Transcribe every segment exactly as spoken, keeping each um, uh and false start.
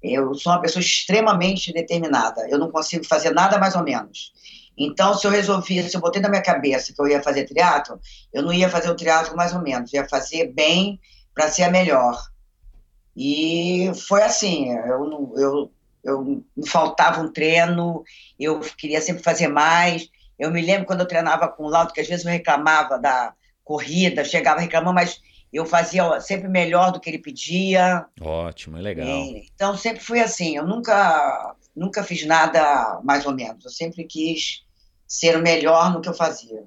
Eu sou uma pessoa extremamente determinada. Eu não consigo fazer nada mais ou menos. Então, se eu resolvi, se eu botei na minha cabeça que eu ia fazer triatlo, eu não ia fazer o triatlo mais ou menos, eu ia fazer bem para ser a melhor. E foi assim, eu, não- eu, eu me faltava um treino, eu queria sempre fazer mais. Eu me lembro quando eu treinava com o Lauto, que às vezes eu reclamava da corrida, chegava reclamando, mas eu fazia sempre melhor do que ele pedia. Ótimo, é legal. É, então sempre fui assim, eu nunca, nunca fiz nada mais ou menos, eu sempre quis ser o melhor no que eu fazia.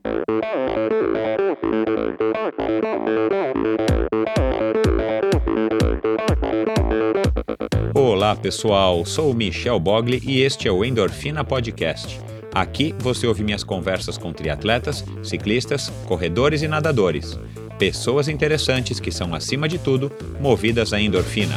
Olá, pessoal. Sou o Michel Bogli e este é o Endorfina Podcast. Aqui você ouve minhas conversas com triatletas, ciclistas, corredores e nadadores. Pessoas interessantes que são, acima de tudo, movidas à endorfina.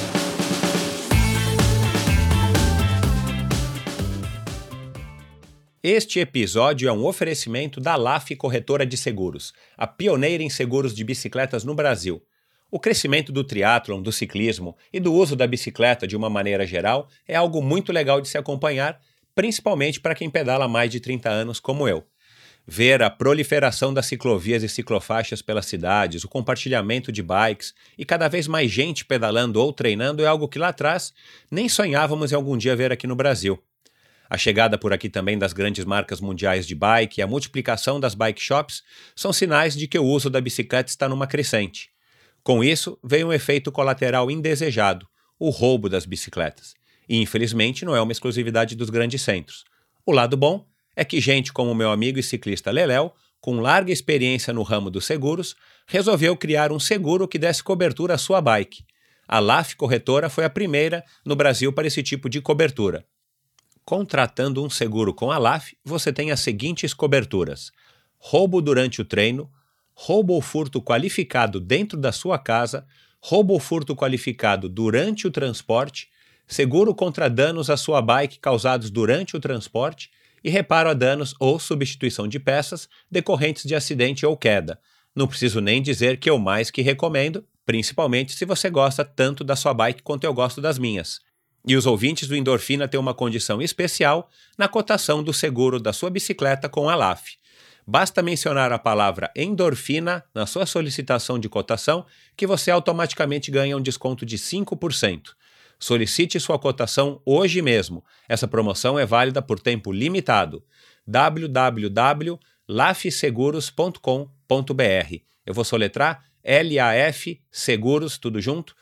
Este episódio é um oferecimento da L A F Corretora de Seguros, a pioneira em seguros de bicicletas no Brasil. O crescimento do triatlon, do ciclismo e do uso da bicicleta de uma maneira geral é algo muito legal de se acompanhar, principalmente para quem pedala há mais de trinta anos como eu. Ver a proliferação das ciclovias e ciclofaixas pelas cidades, o compartilhamento de bikes e cada vez mais gente pedalando ou treinando é algo que lá atrás nem sonhávamos em algum dia ver aqui no Brasil. A chegada por aqui também das grandes marcas mundiais de bike e a multiplicação das bike shops são sinais de que o uso da bicicleta está numa crescente. Com isso, veio um efeito colateral indesejado, o roubo das bicicletas. E, infelizmente, não é uma exclusividade dos grandes centros. O lado bom é que gente como o meu amigo e ciclista Leléo, com larga experiência no ramo dos seguros, resolveu criar um seguro que desse cobertura à sua bike. A L A F Corretora foi a primeira no Brasil para esse tipo de cobertura. Contratando um seguro com a L A F, você tem as seguintes coberturas: roubo durante o treino, roubo ou furto qualificado dentro da sua casa, roubo ou furto qualificado durante o transporte, seguro contra danos à sua bike causados durante o transporte e reparo a danos ou substituição de peças decorrentes de acidente ou queda. Não preciso nem dizer que eu mais que recomendo, principalmente se você gosta tanto da sua bike quanto eu gosto das minhas. E os ouvintes do Endorfina têm uma condição especial na cotação do seguro da sua bicicleta com a L A F. Basta mencionar a palavra endorfina na sua solicitação de cotação que você automaticamente ganha um desconto de cinco por cento. Solicite sua cotação hoje mesmo. Essa promoção é válida por tempo limitado. w w w ponto lafseguros ponto com ponto b r. Eu vou soletrar L A F seguros, tudo junto,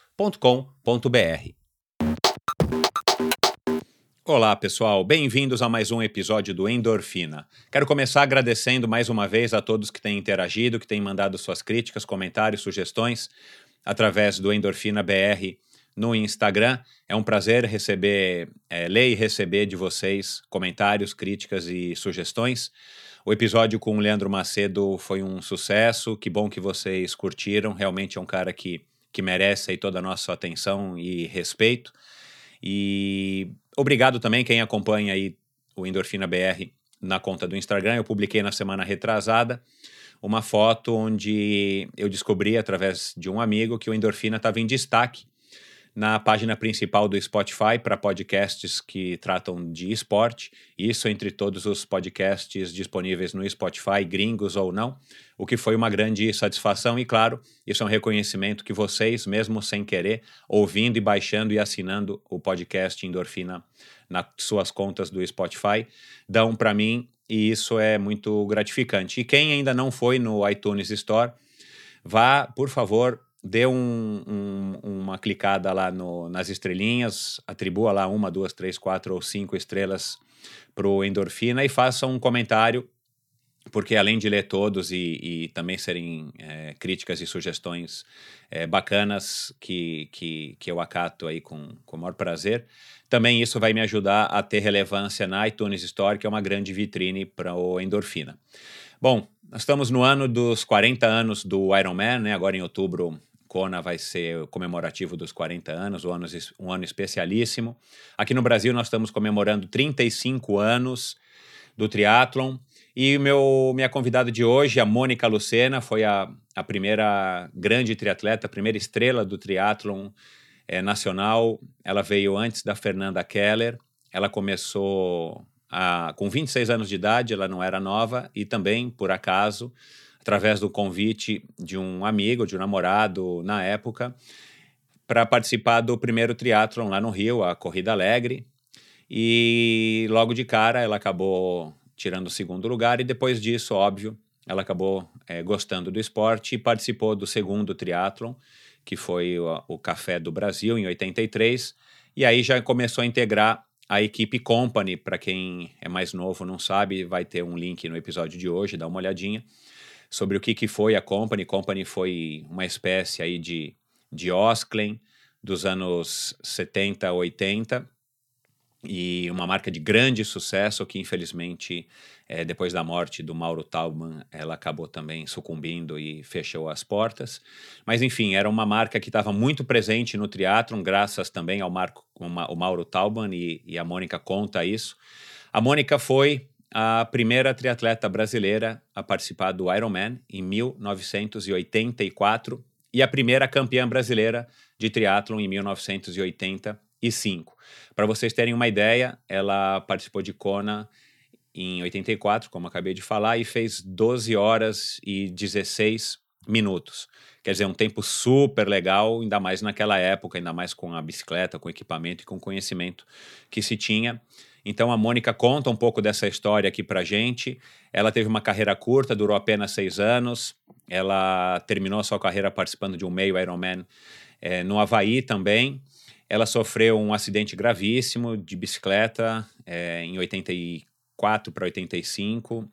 .com.br. Olá, pessoal. Bem-vindos a mais um episódio do Endorfina. Quero começar agradecendo mais uma vez a todos que têm interagido, que têm mandado suas críticas, comentários, sugestões através do Endorfina B R no Instagram. É um prazer receber, é, ler e receber de vocês comentários, críticas e sugestões. O episódio com o Leandro Macedo foi um sucesso. Que bom que vocês curtiram. Realmente é um cara que, que merece aí toda a nossa atenção e respeito. E obrigado também quem acompanha aí o Endorfina B R na conta do Instagram. Eu publiquei na semana retrasada uma foto onde eu descobri, através de um amigo, que o Endorfina estava em destaque na página principal do Spotify para podcasts que tratam de esporte, isso entre todos os podcasts disponíveis no Spotify, gringos ou não, o que foi uma grande satisfação e, claro, isso é um reconhecimento que vocês, mesmo sem querer, ouvindo e baixando e assinando o podcast Endorfina nas suas contas do Spotify, dão para mim e isso é muito gratificante. E quem ainda não foi no iTunes Store, vá, por favor, dê um, um, uma clicada lá no, nas estrelinhas, atribua lá uma, duas, três, quatro ou cinco estrelas para o Endorfina e faça um comentário, porque além de ler todos e, e também serem é, críticas e sugestões é, bacanas que, que, que eu acato aí com, com o maior prazer, também isso vai me ajudar a ter relevância na iTunes Store, que é uma grande vitrine para o Endorfina. Bom, nós estamos no ano dos quarenta anos do Ironman, né? Agora em outubro Kona vai ser comemorativo dos quarenta anos, um ano, um ano especialíssimo. Aqui no Brasil nós estamos comemorando trinta e cinco anos do triatlon. E meu, minha convidada de hoje, a Mônica Lucena, foi a, a primeira grande triatleta, a primeira estrela do triatlon é, nacional. Ela veio antes da Fernanda Keller. Ela começou a, com vinte e seis anos de idade, ela não era nova, e também, por acaso, através do convite de um amigo, de um namorado na época, para participar do primeiro triatlon lá no Rio, a Corrida Alegre. E logo de cara ela acabou tirando o segundo lugar, e depois disso, óbvio, ela acabou é, gostando do esporte e participou do segundo triatlon, que foi o, o Café do Brasil, em oitenta e três, e aí já começou a integrar a equipe Company. Para quem é mais novo não sabe, vai ter um link no episódio de hoje, dá uma olhadinha, sobre o que, que foi a Company. Company foi uma espécie aí de, de Osklen dos anos setenta, oitenta, e uma marca de grande sucesso que, infelizmente, é, depois da morte do Mauro Taubman, ela acabou também sucumbindo e fechou as portas. Mas, enfim, era uma marca que estava muito presente no triatlon, graças também ao Marco, o Mauro Taubman, e, e a Mônica conta isso. A Mônica foi a primeira triatleta brasileira a participar do Ironman em mil novecentos e oitenta e quatro e a primeira campeã brasileira de triatlon em mil novecentos e oitenta e cinco. Para vocês terem uma ideia, ela participou de Kona em oitenta e quatro, como acabei de falar, e fez doze horas e dezesseis minutos. Quer dizer, um tempo super legal, ainda mais naquela época, ainda mais com a bicicleta, com o equipamento e com o conhecimento que se tinha. Então a Mônica conta um pouco dessa história aqui pra gente. Ela teve uma carreira curta, durou apenas seis anos. Ela terminou a sua carreira participando de um meio Ironman é, no Havaí também. Ela sofreu um acidente gravíssimo de bicicleta é, em oitenta e quatro para oitenta e cinco,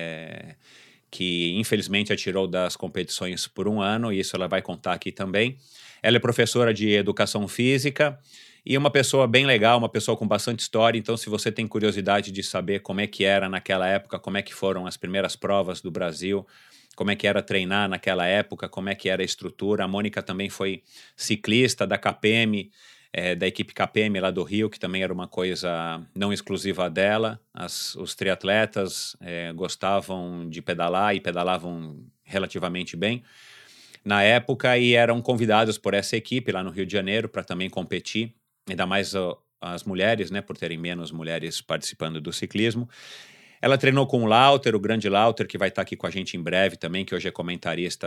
é, que infelizmente a tirou das competições por um ano, e isso ela vai contar aqui também. Ela é professora de educação física e uma pessoa bem legal, uma pessoa com bastante história. Então, se você tem curiosidade de saber como é que era naquela época, como é que foram as primeiras provas do Brasil, como é que era treinar naquela época, como é que era a estrutura. A Mônica também foi ciclista da K P M, É, da equipe K P M lá do Rio, que também era uma coisa não exclusiva dela. As, os triatletas é, gostavam de pedalar e pedalavam relativamente bem na época, e eram convidados por essa equipe lá no Rio de Janeiro para também competir, ainda mais ó, as mulheres, né, por terem menos mulheres participando do ciclismo. Ela treinou com o Lauter, o grande Lauter, que vai estar aqui com a gente em breve também, que hoje é comentarista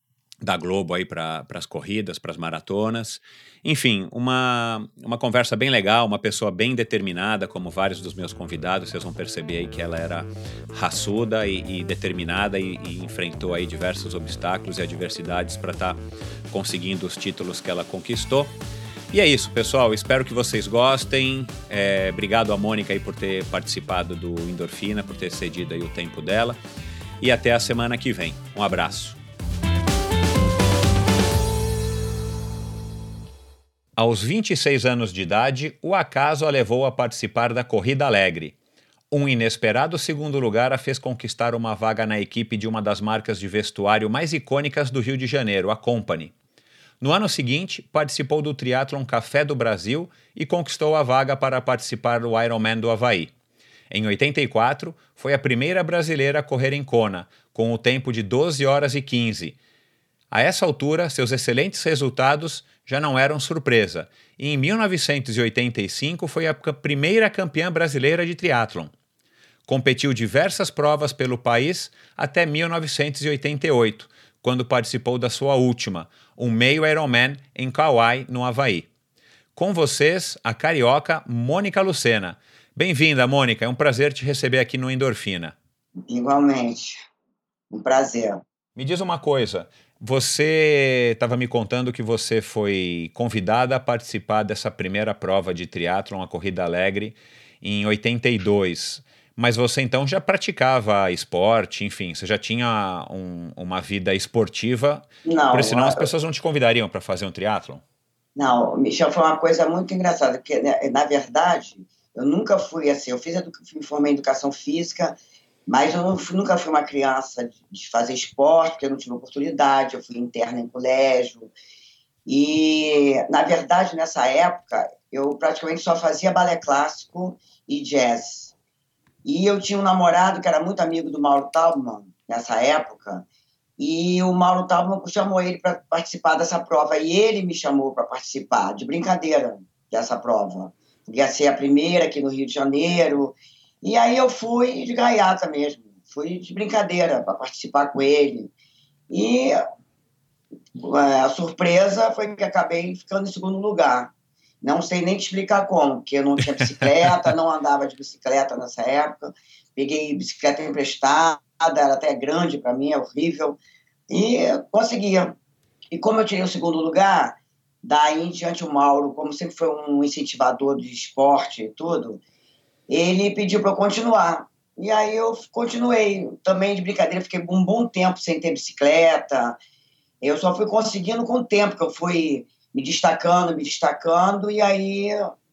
da Globo aí para as corridas, para as maratonas. Enfim, uma, uma conversa bem legal, uma pessoa bem determinada, como vários dos meus convidados. Vocês vão perceber aí que ela era raçuda e, e determinada, e, e enfrentou aí diversos obstáculos e adversidades para estar tá conseguindo os títulos que ela conquistou. E é isso, pessoal. Espero que vocês gostem. É, obrigado a Mônica aí por ter participado do Endorfina, por ter cedido aí o tempo dela. E até a semana que vem. Um abraço. Aos vinte e seis anos de idade, o acaso a levou a participar da Corrida Alegre. Um inesperado segundo lugar a fez conquistar uma vaga na equipe de uma das marcas de vestuário mais icônicas do Rio de Janeiro, a Company. No ano seguinte, participou do triatlon Café do Brasil e conquistou a vaga para participar do Ironman do Havaí. Em oitenta e quatro, foi a primeira brasileira a correr em Kona, com o tempo de doze horas e quinze. A essa altura, seus excelentes resultados já não eram surpresa, e em mil novecentos e oitenta e cinco foi a primeira campeã brasileira de triatlon. Competiu diversas provas pelo país até mil novecentos e oitenta e oito, quando participou da sua última, um meio Ironman em Kauai, no Havaí. Com vocês, a carioca Mônica Lucena. Bem-vinda, Mônica, é um prazer te receber aqui no Endorfina. Igualmente, um prazer. Me diz uma coisa, você estava me contando que você foi convidada a participar dessa primeira prova de triatlon, a Corrida Alegre, em oitenta e dois. Mas você então já praticava esporte, enfim, você já tinha um, uma vida esportiva, não, porque senão as pessoas não te convidariam para fazer um triatlon? Não, Michel, foi uma coisa muito engraçada, porque, na verdade, eu nunca fui assim, eu fiz edu- me formei em educação física, mas eu não fui- nunca fui uma criança de fazer esporte, porque eu não tive oportunidade, eu fui interna em colégio. E, na verdade, nessa época, eu praticamente só fazia balé clássico e jazz. E eu tinha um namorado que era muito amigo do Mauro Taubman, nessa época, e o Mauro Tauber chamou ele para participar dessa prova, e ele me chamou para participar, de brincadeira, dessa prova. Ia ser a primeira aqui no Rio de Janeiro, e aí eu fui de gaiata mesmo, fui de brincadeira para participar com ele. E é, a surpresa foi que acabei ficando em segundo lugar. Não sei nem te explicar como, porque eu não tinha bicicleta, não andava de bicicleta nessa época, peguei bicicleta emprestada, era até grande para mim, é horrível, e conseguia. E como eu tirei o segundo lugar, daí em diante o Mauro, como sempre foi um incentivador de esporte e tudo, ele pediu para eu continuar. E aí eu continuei, também de brincadeira, fiquei um bom tempo sem ter bicicleta. Eu só fui conseguindo com o tempo, que eu fui me destacando, me destacando, e aí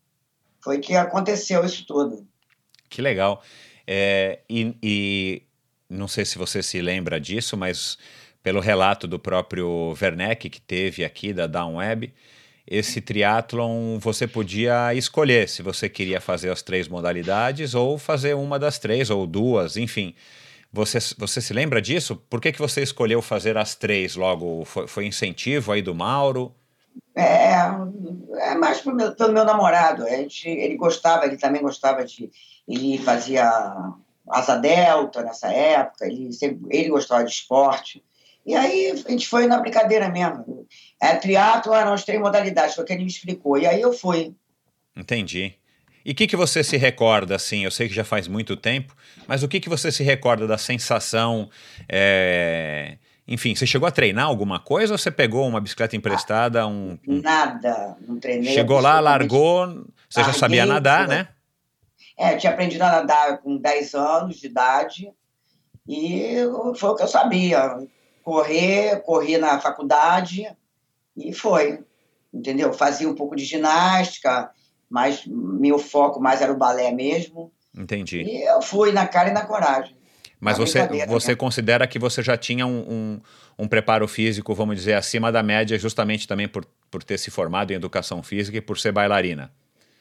foi que aconteceu isso tudo. Que legal. É, e, e não sei se você se lembra disso, mas pelo relato do próprio Werneck, que teve aqui da Downweb, esse triatlon você podia escolher se você queria fazer as três modalidades ou fazer uma das três, ou duas, enfim. Você, você se lembra disso? Por que que você escolheu fazer as três logo? Foi, foi incentivo aí do Mauro? É, é mais pro meu, pelo meu namorado. A gente, ele gostava, ele também gostava de. Ele fazia asa delta nessa época, ele, sempre, ele gostava de esporte. E aí a gente foi na brincadeira mesmo. É, triatlo eram as três modalidades, foi o que ele me explicou. E aí eu fui. Entendi. E o que que você se recorda, assim, eu sei que já faz muito tempo, mas o que que você se recorda da sensação, é, enfim, você chegou a treinar alguma coisa ou você pegou uma bicicleta emprestada, um, um- Nada, não treinei chegou lá, absolutamente. largou, você já sabia Larguei, nadar, fui. né? É, eu tinha aprendido a nadar com dez anos de idade e foi o que eu sabia. Correr, correr na faculdade e foi, entendeu? Fazia um pouco de ginástica, mas meu foco mais era o balé mesmo. Entendi. E eu fui na cara e na coragem, Mas na você, brincadeira você mesmo. considera que você já tinha um, um, um preparo físico, vamos dizer, acima da média, justamente também por, por ter se formado em educação física e por ser bailarina?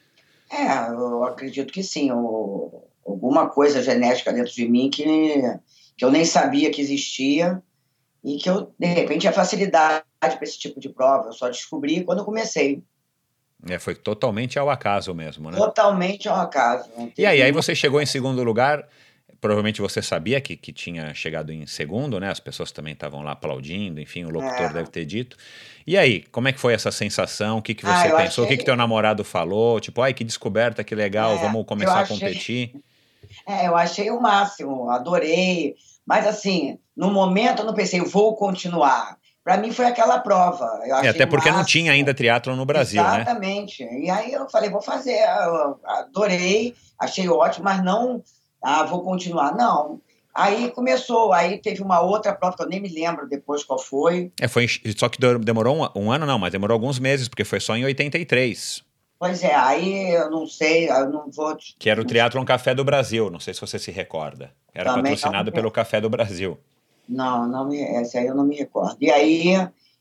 É, eu acredito que sim. O, alguma coisa genética dentro de mim que, que eu nem sabia que existia e que eu, de repente, tinha facilidade para esse tipo de prova. Eu só descobri quando eu comecei. É, foi totalmente ao acaso mesmo, né? Totalmente ao acaso. Não E teve aí, aí nenhuma você chegou em coisa. segundo lugar, provavelmente você sabia que, que tinha chegado em segundo, né? As pessoas também estavam lá aplaudindo, enfim, o locutor deve É. ter dito. E aí, como é que foi essa sensação? O que que Ah, você eu pensou? O que que teu achei. namorado falou? Tipo, ai, que descoberta, que legal, É, vamos eu começar a achei. competir? É, eu achei o máximo, adorei. Mas, assim, no momento eu não pensei, vou continuar. Para mim foi aquela prova. Eu É, achei até o porque não tinha ainda máximo. triatlon no Brasil, né? Exatamente. E aí eu falei, vou fazer. Eu adorei, achei ótimo, mas não, ah, vou continuar. Não. Aí começou, aí teve uma outra prova que eu nem me lembro depois qual foi. É, foi, em- só que de- demorou um, um ano, não, mas demorou alguns meses, porque foi só em oitenta e três, Pois é, aí eu não sei, eu não vou. que era o Triatlon Café do Brasil, não sei se você se recorda. Era Também não patrocinado me, pelo Café do Brasil. não, não me, essa aí eu não me recordo. E aí,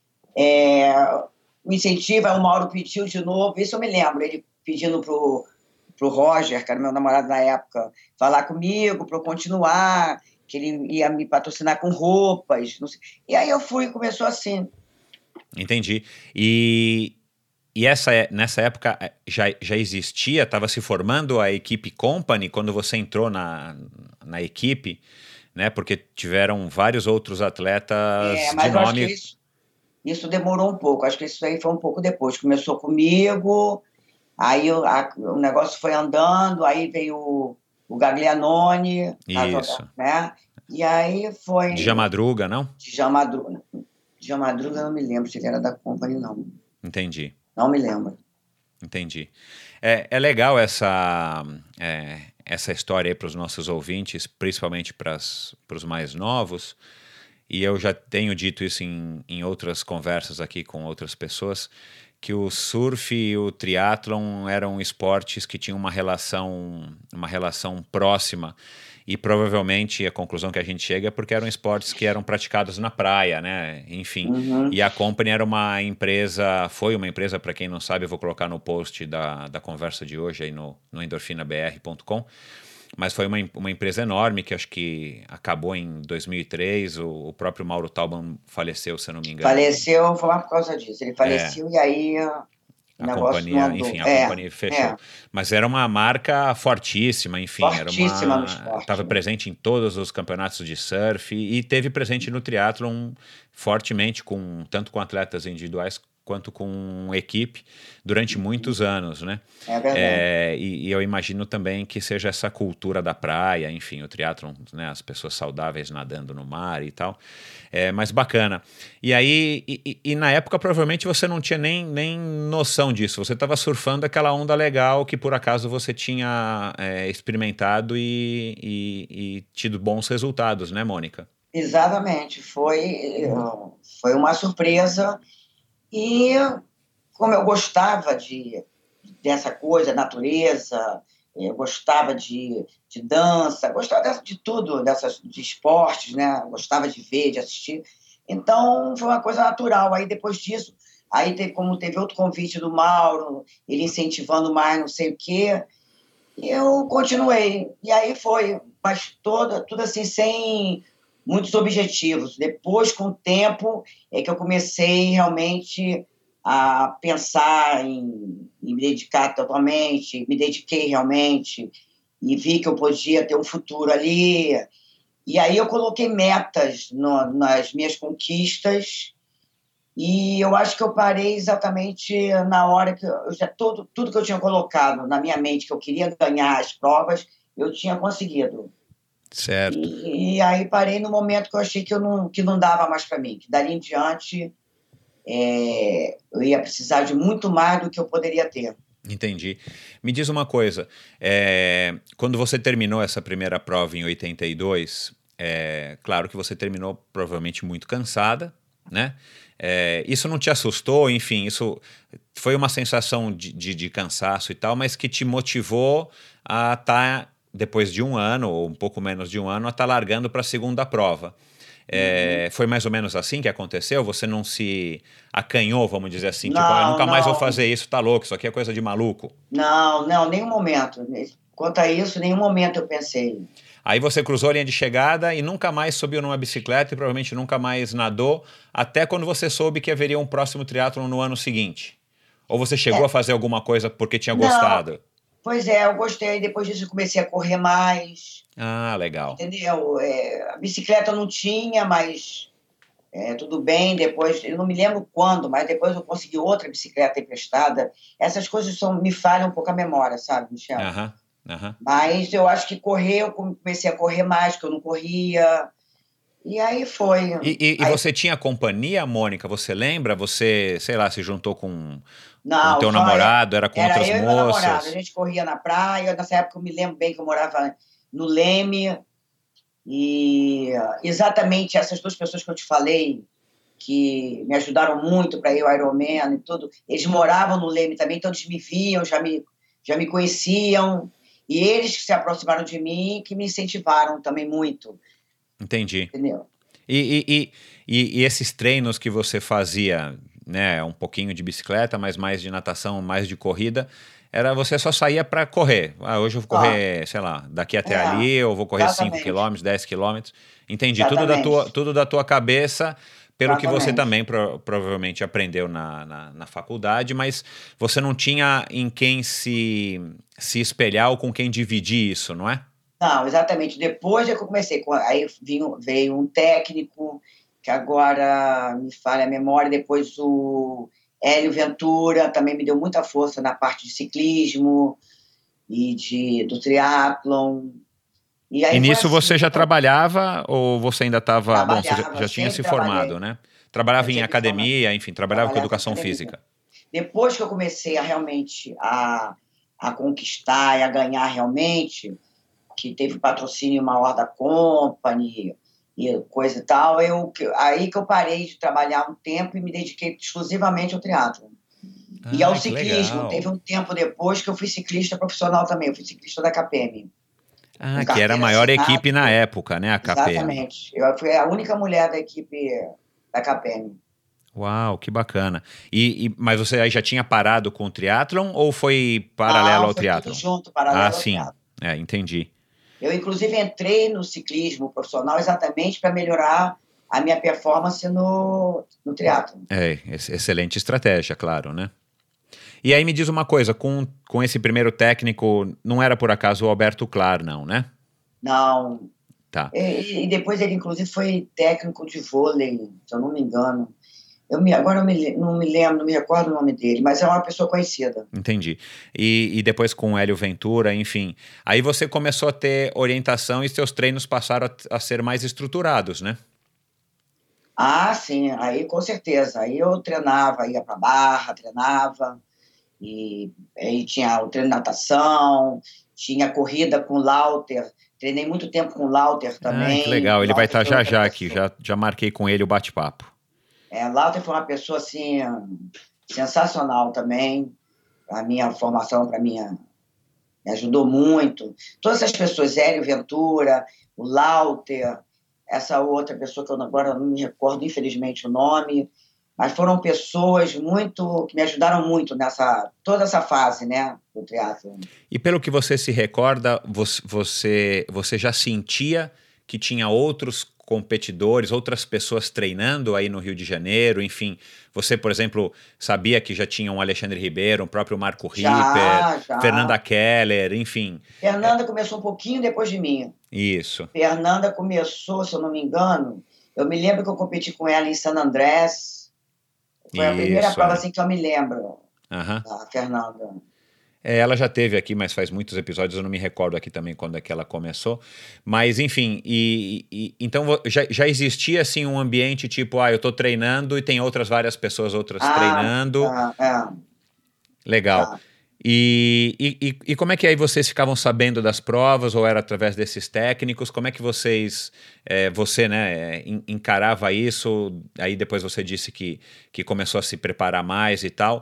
é, o incentivo, aí o Mauro pediu de novo, isso eu me lembro, ele pedindo pro, pro Roger, que era meu namorado na época, falar comigo para eu continuar, que ele ia me patrocinar com roupas, não sei. E aí eu fui, começou assim. Entendi. E, e essa, é- nessa época eh, já, já existia, estava se formando a equipe Company quando você entrou na, na equipe, né? Porque tiveram vários outros É, atletas de mas eu acho que nome. isso, isso demorou um pouco, acho que isso aí foi um pouco depois. Começou comigo, aí o, a- o negócio foi andando, aí veio o, o Gaglianone a jogar, Isso. né? E aí foi Djamadruga, não? Djalma Madruga. Djalma Madruga, eu não me lembro se ele era da Company, não. Entendi. Não me lembro. Entendi. É, é legal essa, é, essa história aí para os nossos ouvintes, principalmente para os mais novos, e eu já tenho dito isso em, em outras conversas aqui com outras pessoas, que o surf e o triatlon eram esportes que tinham uma relação, uma relação próxima. E provavelmente a conclusão que a gente chega é porque eram esportes que eram praticados na praia, né? Enfim. Uhum. E a Company era uma empresa, foi uma empresa, para quem não sabe, eu vou colocar no post da, da conversa de hoje aí no, no endorfina b r ponto com. mas foi uma, uma empresa enorme que acho que acabou em dois mil e três, o, o próprio Mauro Tauban faleceu, se eu não me engano. Faleceu, foi lá por causa disso. Ele É, faleceu e aí o a negócio não companhia, enfim, andou. a É, companhia fechou. é, Mas era uma marca fortíssima, enfim, era fortíssima no uma... esporte, Estava né? presente em todos os campeonatos de surf e teve presente no triatlon fortemente, com, tanto com atletas individuais quanto com equipe, durante muitos anos, né? É verdade. É, e, e eu imagino também que seja essa cultura da praia, enfim, o triatlon, né, as pessoas saudáveis nadando no mar e tal, é, mas bacana. E aí, e, e- e na época provavelmente você não tinha nem, nem noção disso, você estava surfando aquela onda legal que por acaso você tinha é, experimentado e, e- e tido bons resultados, né, Mônica? Exatamente. Foi, eh, foi uma surpresa. E como eu gostava de, dessa coisa, natureza, eu gostava de, de dança, gostava dessa- de tudo, dessas, de esportes, né? Gostava de ver, de assistir. Então, foi uma coisa natural. Aí, depois disso, aí teve, como teve outro convite do Mauro, ele incentivando mais não sei o quê, e eu continuei. E aí foi, mas toda, tudo assim, sem muitos objetivos. Depois, com o tempo, é que eu comecei realmente a pensar em, em me dedicar totalmente, me dediquei realmente e vi que eu podia ter um futuro ali. E aí eu coloquei metas no, nas minhas conquistas e eu acho que eu parei exatamente na hora que eu já todo, tudo que eu tinha colocado na minha mente que eu queria ganhar as provas, eu tinha conseguido. Certo. E, e aí parei no momento que eu achei que, eu não, que não dava mais para mim, que dali em diante é, eu ia precisar de muito mais do que eu poderia ter. Entendi. Me diz uma coisa, é, quando você terminou essa primeira prova em oitenta e dois, é, claro que você terminou provavelmente muito cansada, né? É, isso não te assustou? Enfim, isso foi uma sensação de, de, de cansaço e tal, mas que te motivou a estar, depois de um ano, ou um pouco menos de um ano, a estar largando para a segunda prova. Uhum. É, foi mais ou menos assim que aconteceu? Você não se acanhou, vamos dizer assim, tipo, "Ah, eu Não, nunca mais vou não, fazer isso, tá louco, isso aqui é coisa de maluco." não, não, nenhum momento. Quanto a isso, nenhum momento eu pensei. Aí você cruzou a linha de chegada e nunca mais subiu numa bicicleta e provavelmente nunca mais nadou, até quando você soube que haveria um próximo triatlon no ano seguinte. Ou você chegou a É, fazer alguma coisa porque tinha não, gostado? pois é, eu gostei. Depois disso, eu comecei a correr mais, Ah, legal. entendeu? É, a bicicleta eu não tinha, mas é, tudo bem. Depois, eu não me lembro quando, mas depois eu consegui outra bicicleta emprestada. Essas coisas são, me falham um pouco a memória, sabe, Michel? Aham, aham. Mas eu acho que correr, eu comecei a correr mais, que eu não corria. E aí foi. E, e- e Aí, você tinha companhia, Mônica? Você lembra? Você, sei lá, se juntou com com o não, teu só é- namorado, era com era outras eu e meu namorado. A moças? gente corria na praia. Nessa época eu me lembro bem que eu morava no Leme. E exatamente essas duas pessoas que eu te falei, que me ajudaram muito para ir ao Ironman e tudo, eles moravam no Leme também, então eles me viam, já me, já me conheciam. E eles que se aproximaram de mim, que me incentivaram também muito, Entendi. entendeu? E, e, e, e- e esses treinos que você fazia, né, um pouquinho de bicicleta, mas mais de natação, mais de corrida, era você só saía para correr. Ah, hoje eu vou Ó, correr, sei lá, daqui até é, ali, eu vou correr cinco exatamente, quilômetros, dez quilômetros. Entendi. Tudo da tua, exatamente, tudo da tua cabeça, pelo que você exatamente. também pro- provavelmente aprendeu na, na, na faculdade, mas você não tinha em quem se, se espelhar ou com quem dividir isso, não é? Não, exatamente. Depois é que eu comecei, com- aí vinha- veio um técnico, que agora me falha a memória, depois o Hélio Ventura também me deu muita força na parte de ciclismo e de, do triatlon. E E aí foi nisso assim, você já foi, trabalhava ou você ainda estava. Bom, você já, trabalhava, já tinha sempre se formado, trabalhei. né? Já Trabalhava em tinha me formado, academia, enfim, trabalhava com trabalhava em educação academia. física. Depois que eu comecei a realmente a, a conquistar e a ganhar realmente, que teve patrocínio maior da Company e coisa e tal, eu, aí que eu parei de trabalhar um tempo e me dediquei exclusivamente ao triatlo. E ao Ah, que ciclismo, teve legal. um tempo depois que eu fui ciclista profissional também, eu fui ciclista da K P M, com Ah, que era a carteira maior assinada, equipe na época, né? A K P M. exatamente. Eu fui a única mulher da equipe da K P M. Uau, que bacana. E, e- mas você aí já tinha parado com o triatlon ou foi paralelo Não, ao foi tudo triatlon? junto, Ah, paralelo ao sim. triatlo. É, entendi. Eu, inclusive, entrei no ciclismo profissional exatamente para melhorar a minha performance no, no triatlo. É, excelente estratégia, claro, né? E aí me diz uma coisa, com, com esse primeiro técnico, não era por acaso o Alberto Clar, não, né? Não. Tá. E, e depois ele, inclusive, foi técnico de vôlei, se eu não me engano. Eu me, agora eu me, não me lembro, não me recordo o nome dele, mas é uma pessoa conhecida. Entendi. E, e depois com o Hélio Ventura, enfim. Aí você começou a ter orientação e seus treinos passaram a, a ser mais estruturados, né? Ah, sim, aí com certeza. Aí eu treinava, ia para Barra, treinava, e aí tinha o treino de natação, tinha corrida com o Lauter, treinei muito tempo com o Lauter Ah, que também. legal. O Ele vai Lauter estar foi já outra já aqui, pessoa. já, já marquei com ele o bate-papo. É, o Lauter foi uma pessoa assim, sensacional também, a minha formação, para minha, me ajudou muito. Todas essas pessoas, Hélio Ventura, o Lauter, essa outra pessoa que eu agora não me recordo, infelizmente, o nome, mas foram pessoas muito que me ajudaram muito nessa toda essa fase, né, do triatlo. E pelo que você se recorda, você, você, você já sentia que tinha outros competidores, outras pessoas treinando aí no Rio de Janeiro, enfim, você, por exemplo, sabia que já tinha um Alexandre Ribeiro, um próprio Marco Ripper, Já, Fernanda já. Keller, enfim. Fernanda começou um pouquinho depois de mim. Isso. Fernanda começou, se eu não me engano, eu me lembro que eu competi com ela em San Andrés. Foi a primeira Isso, prova é. assim que eu me lembro, Aham. da Fernanda. É, ela já teve aqui, mas faz muitos episódios, eu não me recordo aqui também quando é que ela começou. Mas, enfim, e, e- então vo- já, já existia assim um ambiente tipo, ah, eu tô treinando e tem outras várias pessoas, outras Ah, treinando. ah, é, Legal. já. E, e, e e como é que aí vocês ficavam sabendo das provas, ou era através desses técnicos? Como é que vocês, é, você, né, é, en- encarava isso? Aí depois você disse que, que começou a se preparar mais e tal.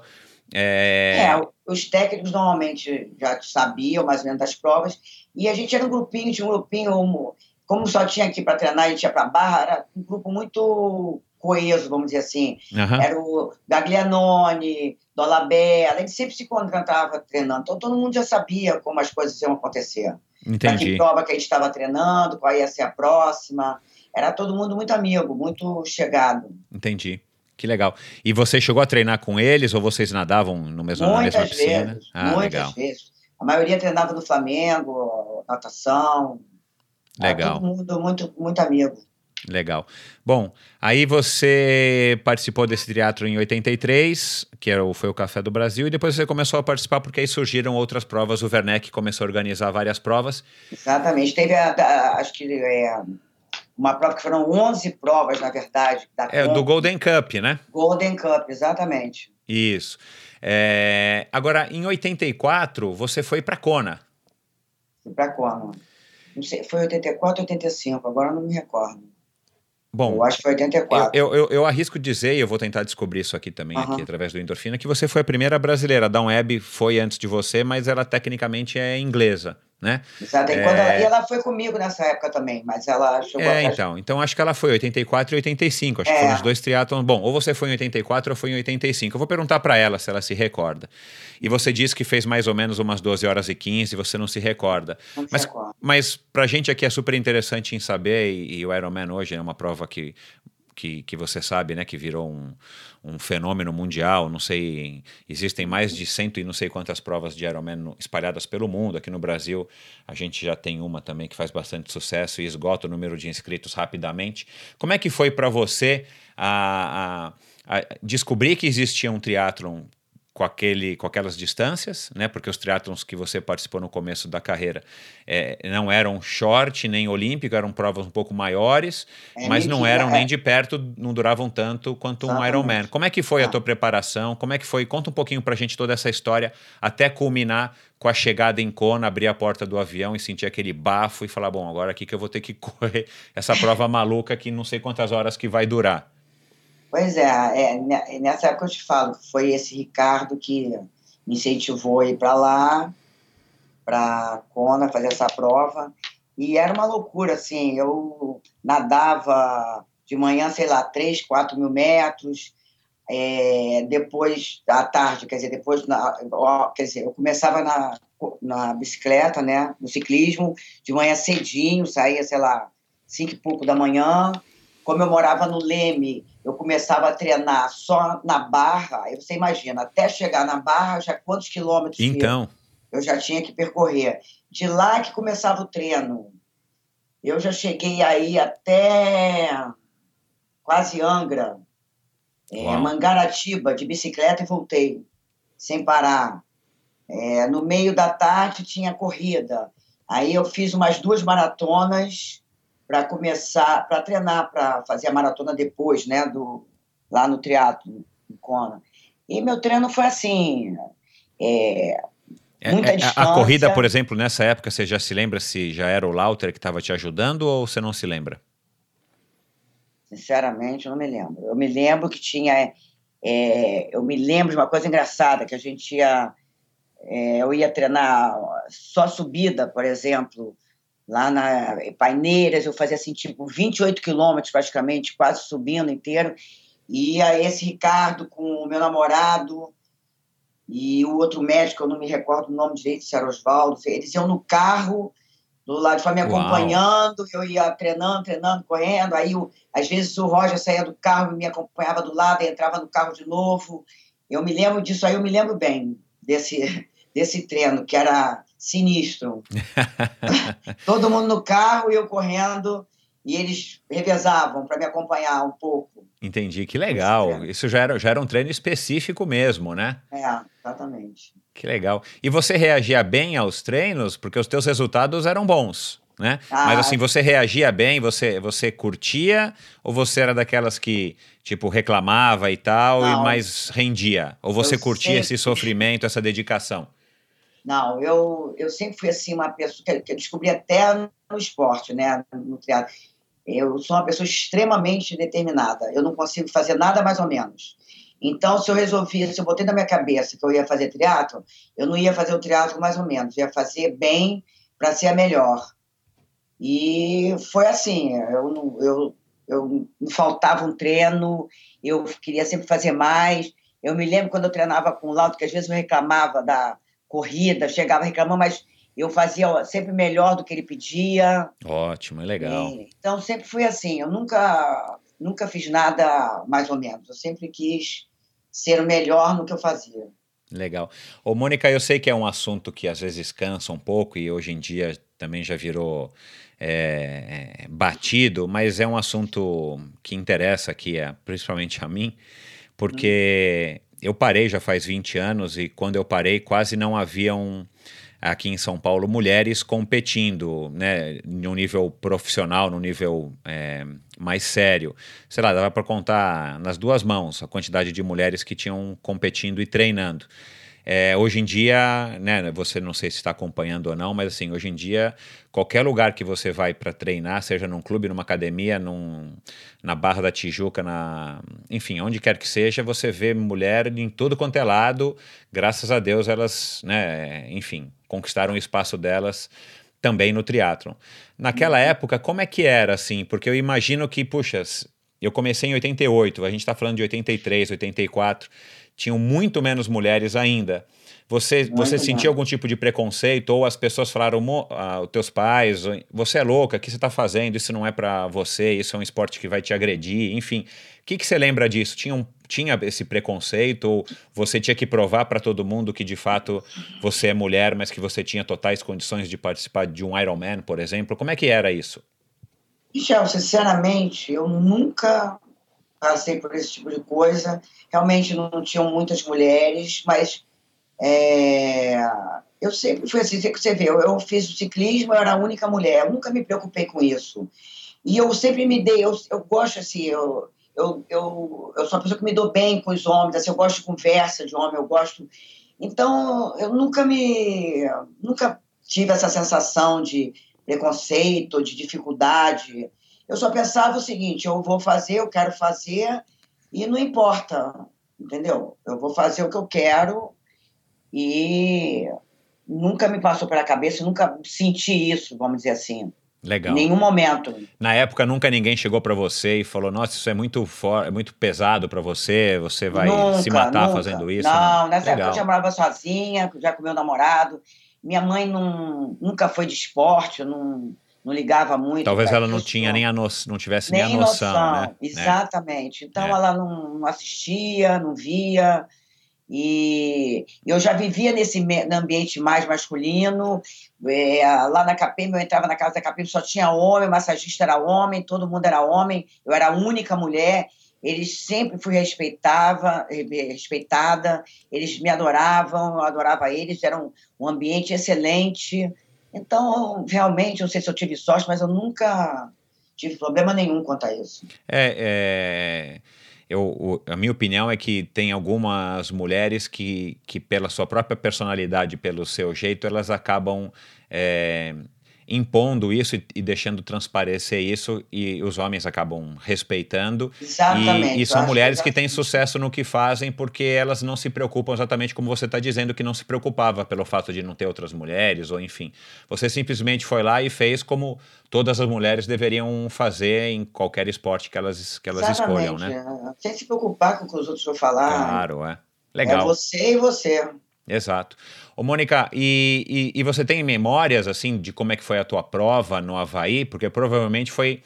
É, É, os técnicos normalmente já sabiam mais ou menos das provas, e a gente era um grupinho, tinha um grupinho, um- como só tinha aqui para treinar, a gente ia para Barra, era um grupo muito coeso, vamos dizer assim. aham, Era o Gaglianone, Dolabella, a gente sempre se encontrava treinando, então todo mundo já sabia como as coisas iam acontecer, para que entendi. prova que a gente estava treinando, qual ia ser a próxima. Era todo mundo muito amigo, muito chegado. Entendi. Que legal. E você chegou a treinar com eles ou vocês nadavam no mesmo, na mesma Muitas piscina? vezes, Ah, muitas legal. vezes. A maioria treinava no Flamengo, natação, era todo Legal. mundo muito, muito amigo. Legal. Bom, aí você participou desse triatlo em oitenta e três, que era o- foi o Café do Brasil, e depois você começou a participar porque aí surgiram outras provas. O Werneck começou a organizar várias provas. Exatamente. Teve, a, a- acho que, é, uma prova que foram onze provas, na verdade, da É, do Conca, Golden Cup, né? Golden Cup, exatamente. Isso. É, agora, em oitenta e quatro, você foi para Kona. Fui para Kona. Não sei, foi oitenta e quatro ou oitenta e cinco, agora eu não me recordo. Eu Bom, acho que foi Eu, oitenta e quatro. eu, eu, eu arrisco dizer, e eu vou tentar descobrir isso aqui também, aqui Aham. através do Endorfina, que você foi a primeira brasileira. A Dawn Webb foi antes de você, mas ela tecnicamente é inglesa, né? Exato. E, quando ela, e É, ela foi comigo nessa época também, mas ela chegou é, atrás. então. Então acho que ela foi em oitenta e quatro e oitenta e cinco. Acho que foram os É, dois triatlons. Bom, ou você foi em oitenta e quatro ou foi em oitenta e cinco. Eu vou perguntar para ela se ela se recorda. E você disse que fez mais ou menos umas doze horas e quinze, você não se recorda. não se Mas, recorda. mas pra gente aqui é super interessante em saber, e, e o Ironman hoje é uma prova que que, que você sabe, né, que virou um, um fenômeno mundial, não sei, existem mais de cento e não sei quantas provas de Ironman no- espalhadas pelo mundo. Aqui no Brasil a gente já tem uma também que faz bastante sucesso e esgota o número de inscritos rapidamente. Como é que foi para você a, a- a descobrir que existia um triatlon com, aquele, com aquelas distâncias, né? Porque os triatlons que você participou no começo da carreira é, não eram short nem olímpico, eram provas um pouco maiores, É mas não mil e quinhentos, eram nem é, de perto, não duravam tanto quanto um Ironman. exatamente. Como é que foi a Ah, tua preparação? Como é que foi? Conta um pouquinho pra gente toda essa história até culminar com a chegada em Kona, abrir a porta do avião e sentir aquele bafo e falar, bom, agora aqui que eu vou ter que correr essa prova maluca que não sei quantas horas que vai durar. pois é, é, ne- nessa época eu te falo, foi esse Ricardo que me incentivou a ir para lá, para Kona, fazer essa prova. E era uma loucura, assim, eu nadava de manhã, sei lá, três, quatro mil metros, é, depois, à tarde, quer dizer, depois, na, ó, quer dizer, eu começava na, na bicicleta, né? No ciclismo, de manhã cedinho, saía, sei lá, cinco e pouco da manhã. Como eu morava no Leme, eu começava a treinar só na Barra. Aí você imagina, até chegar na Barra, já quantos quilômetros que Então, eu já tinha que percorrer. De lá que começava o treino. Eu já cheguei aí até quase Angra, é, uau. Mangaratiba, de bicicleta e voltei, sem parar. É, no meio da tarde tinha corrida. Aí eu fiz umas duas maratonas para começar, para treinar, para fazer a maratona depois, né, do, lá no triatlo, em Kona. E meu treino foi assim, é, É, muita é, a a corrida, por distância. exemplo, nessa época, você já se lembra se já era o Lauter que estava te ajudando ou você não se lembra? Sinceramente, eu não me lembro. Eu me lembro que tinha. É, eu me lembro de uma coisa engraçada, que a gente ia. É, eu ia treinar só subida, por exemplo, lá na em Paineiras, eu fazia assim, tipo, vinte e oito quilômetros praticamente, quase subindo inteiro. E ia esse Ricardo com o meu namorado e o outro médico, eu não me recordo o nome direito, se era Oswaldo, eles iam no carro do lado de fora me Uau! acompanhando, eu ia treinando, treinando, correndo, aí o, às vezes o Roger saía do carro e me acompanhava do lado, e entrava no carro de novo. Eu me lembro disso aí, eu me lembro bem desse, desse treino, que era sinistro. Todo mundo no carro e eu correndo, e eles revezavam para me acompanhar um pouco Entendi, que nesse legal. treino. Isso já era, já era um treino específico mesmo, né? É, exatamente. Que legal. E você reagia bem aos treinos? Porque os teus resultados eram bons, né? Mas assim, Ah, você reagia bem? Você, você curtia? Ou você era daquelas que, tipo, reclamava e tal, e não, mais rendia? Ou eu você curtia esse sempre sofrimento, essa dedicação? Não, eu, eu sempre fui assim uma pessoa que, que eu descobri até no esporte, né, no teatro. Eu sou uma pessoa extremamente determinada. Eu não consigo fazer nada mais ou menos. Então, se eu resolvi, se eu botei na minha cabeça que eu ia fazer teatro, eu não ia fazer o teatro mais ou menos, eu ia fazer bem para ser a melhor. E foi assim, eu, não- eu, eu me faltava um treino, eu queria sempre fazer mais. Eu me lembro quando eu treinava com o Lauto, que às vezes eu reclamava da corrida, chegava reclamando, mas eu fazia sempre melhor do que ele pedia. Ótimo, é legal. E, então, sempre fui assim, eu nunca, nunca fiz nada mais ou menos, eu sempre quis ser o melhor no que eu fazia. Legal. Ô, Mônica, eu sei que é um assunto que às vezes cansa um pouco e hoje em dia também já virou é, é, batido, mas é um assunto que interessa aqui, é, principalmente a mim, Hum. porque eu parei já faz vinte anos e quando eu parei quase não haviam aqui em São Paulo mulheres competindo, né, no nível profissional, no nível é, mais sério. Sei lá, dava para contar nas duas mãos a quantidade de mulheres que tinham competindo e treinando. É, hoje em dia, né, você não sei se está acompanhando ou não, mas assim, hoje em dia, qualquer lugar que você vai para treinar, seja num clube, numa academia, num, na Barra da Tijuca, na, enfim, onde quer que seja, você vê mulher em tudo quanto é lado. Graças a Deus elas, né, enfim, conquistaram o espaço delas também no triatlon. Naquela Uhum. época, como é que era assim? Porque eu imagino que, puxa, eu comecei em oitenta e oito, a gente está falando de oitenta e três, oitenta e quatro, tinham muito menos mulheres ainda. Você, você Muito sentia bom. algum tipo de preconceito ou as pessoas falaram, "Mo- ah, os teus pais, você é louca, o que você está fazendo? Isso não é para você, isso é um esporte que vai te agredir, enfim. O que, que você lembra disso? Tinha, um, tinha esse preconceito ou você tinha que provar para todo mundo que de fato você é mulher, mas que você tinha totais condições de participar de um Ironman, por exemplo? Como é que era isso? Michel, sinceramente, eu nunca passei por esse tipo de coisa. Realmente não tinham muitas mulheres, mas é, eu sempre fui assim, que você vê, eu, eu fiz o ciclismo, eu era a única mulher, eu nunca me preocupei com isso. E eu sempre me dei, eu, eu gosto assim, eu, eu, eu, eu sou uma pessoa que me dou bem com os homens, assim, eu gosto de conversa de homem, eu gosto. Então, eu nunca me, nunca tive essa sensação de preconceito, de dificuldade. Eu só pensava o seguinte: eu vou fazer, eu quero fazer, e não importa, entendeu? Eu vou fazer o que eu quero e nunca me passou pela cabeça, nunca senti isso, vamos dizer assim, em Legal. nenhum momento. Na época nunca ninguém chegou para você e falou: "Nossa, isso é muito for é muito pesado para você, você vai se Nunca, matar nunca. fazendo isso", não. Não, nessa época eu já Legal. morava sozinha, já com meu namorado. Minha mãe não, nunca foi de esporte, não, não ligava muito Talvez para ela não tinha isso. nem a no... não tivesse nem a Nem noção, né? noção, É, exatamente. Então, é. ela não, não assistia, não via, e eu já vivia nesse me- no ambiente mais masculino. É, lá na Capem, eu entrava na casa da Capem, só tinha homem, o massagista era homem, todo mundo era homem, eu era a única mulher. Eles sempre fui respeitava, eh, respeitada, eles me adoravam, eu adorava eles, era um, um ambiente excelente. Então, realmente, não sei se eu tive sorte, mas eu nunca tive problema nenhum quanto a isso. É, é, eu, o- a minha opinião é que tem algumas mulheres que, que pela sua própria personalidade, pelo seu jeito, elas acabam é, impondo isso e, e deixando transparecer isso, e os homens acabam respeitando, e, e Exatamente, eu são acho que eu mulheres já que têm fiz. sucesso no que fazem porque elas não se preocupam exatamente como você está dizendo que não se preocupava pelo fato de não ter outras mulheres, ou enfim. Você simplesmente foi lá e fez como todas as mulheres deveriam fazer em qualquer esporte que elas, que elas escolham, Exatamente, né? é, sem se preocupar com o que os outros vão falar. Claro, é. É Legal, você e você. exato. Ô, Mônica, e, e, e você tem memórias, assim, de como é que foi a tua prova no Havaí? Porque provavelmente foi...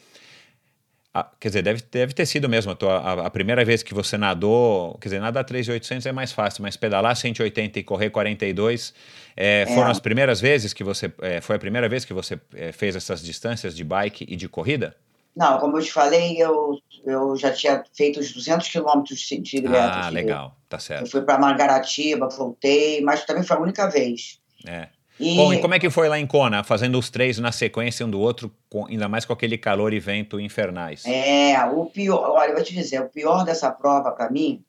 ah, quer dizer, deve, deve ter sido mesmo a, tua, a, a primeira vez que você nadou... Quer dizer, nadar três mil e oitocentos é mais fácil, mas pedalar cento e oitenta e correr quarenta e dois é, foram É. as primeiras vezes que você... é, foi a primeira vez que você é, fez essas distâncias de bike e de corrida? Não, como eu te falei, eu, eu já tinha feito os duzentos quilômetros de direto. Ah, De, legal, tá eu certo. fui para Mangaratiba, voltei, mas também foi a única vez. É. Bom, e E como é que foi lá em Kona, fazendo os três na sequência um do outro, com- ainda mais com aquele calor e vento infernais? é, o pior, olha, eu vou te dizer, o pior dessa prova para mim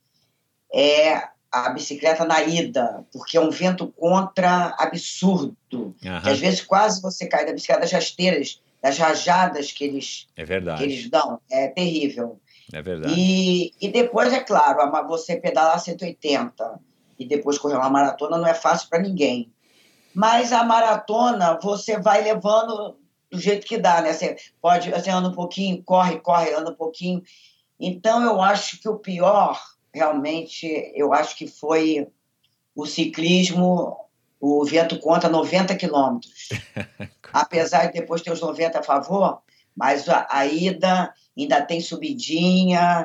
é a bicicleta na ida, porque é um vento contra absurdo, que às Aham, vezes quase você cai da bicicleta das rasteiras, das rajadas que eles, é que eles verdade, dão, é terrível. é verdade. E, e depois, é claro, a você pedalar cento e oitenta e depois correr uma maratona não é fácil para ninguém. Mas a maratona você vai levando do jeito que dá, né? Você pode, você anda um pouquinho, corre, corre, anda um pouquinho. Então, eu acho que o pior, realmente, eu acho que foi o ciclismo, o vento contra noventa quilômetros. Apesar de depois ter os noventa a favor, mas a, a ida ainda tem subidinha,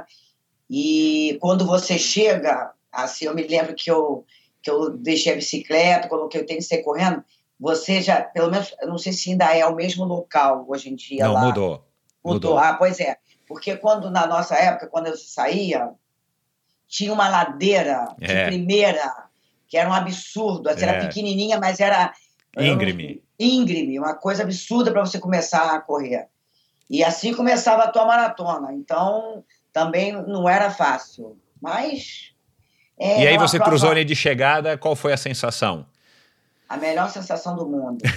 e quando você chega, assim, eu me lembro que eu, que eu deixei a bicicleta, coloquei o tênis e saí correndo, você já, pelo menos, eu não sei se ainda é o mesmo local hoje em dia Não, lá. mudou, Mudou. mudou. Ah, pois é. Porque quando, na nossa época, quando eu saía, tinha uma ladeira de É, primeira, que era um absurdo. Assim, era é, pequenininha, mas era eu não- íngreme. íngreme, uma coisa absurda para você começar a correr. E assim começava a tua maratona. Então, também não era fácil. Mas E é aí uma você cruzou a prova, linha de chegada, qual foi a sensação? a melhor sensação do mundo,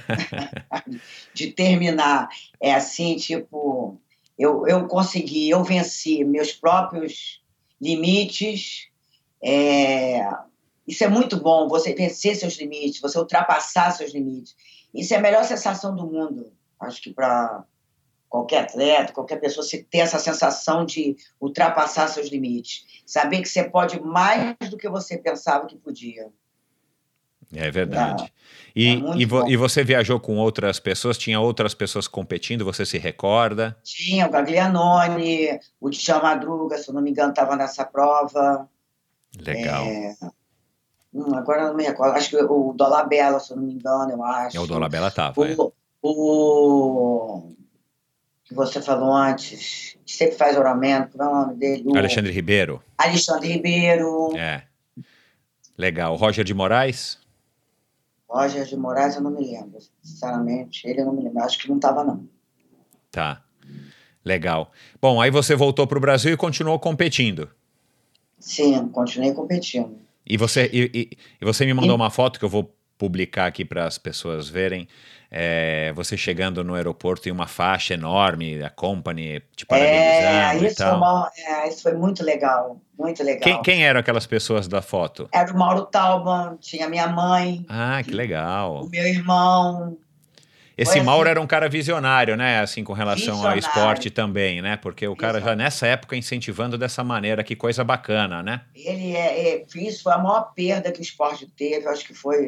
de terminar. É assim, tipo, eu, eu consegui, eu venci meus próprios limites. É, isso é muito bom, você vencer seus limites, você ultrapassar seus limites. Isso é a melhor sensação do mundo. Acho que para qualquer atleta, qualquer pessoa, se ter essa sensação de ultrapassar seus limites. Saber que você pode mais do que você pensava que podia. É É, verdade. é E, e, muito vo- bom. e você viajou com outras pessoas? Tinha outras pessoas competindo? Você se recorda? Tinha o Gaglianone, o Djalma Madruga, se eu não me engano, estava nessa prova. Legal. Hum, agora eu não me recordo. Acho que o Dolabella, se eu não me engano, eu É, o acho. Dolabella tava, é. O, o que você falou antes, que sempre faz oramento, qual é o nome dele? O Alexandre Ribeiro? Alexandre Ribeiro. É, legal. Roger de Moraes? Roger de Moraes, eu não me lembro. Sinceramente, ele eu não me lembro. Acho que não estava, não. Tá, legal. Bom, aí você voltou para o Brasil e continuou competindo. Sim, continuei competindo. E você, e, e- e você me mandou E, uma foto que eu vou publicar aqui para as pessoas verem. É, você chegando no aeroporto em uma faixa enorme, a Company te é, parabenizando e isso, foi tal. uma, é, isso foi muito legal, muito Quem, legal. quem eram aquelas pessoas da foto? Era o Mauro Tauban, tinha minha mãe, Ah, que o legal. meu irmão. Foi Esse Mauro assim, era um cara visionário, né? Assim, com relação ao esporte visionário, também, né? Porque o cara já visionário. nessa época incentivando dessa maneira, que coisa bacana, né? Ele é, é, isso foi a maior perda que o esporte teve, acho que foi o,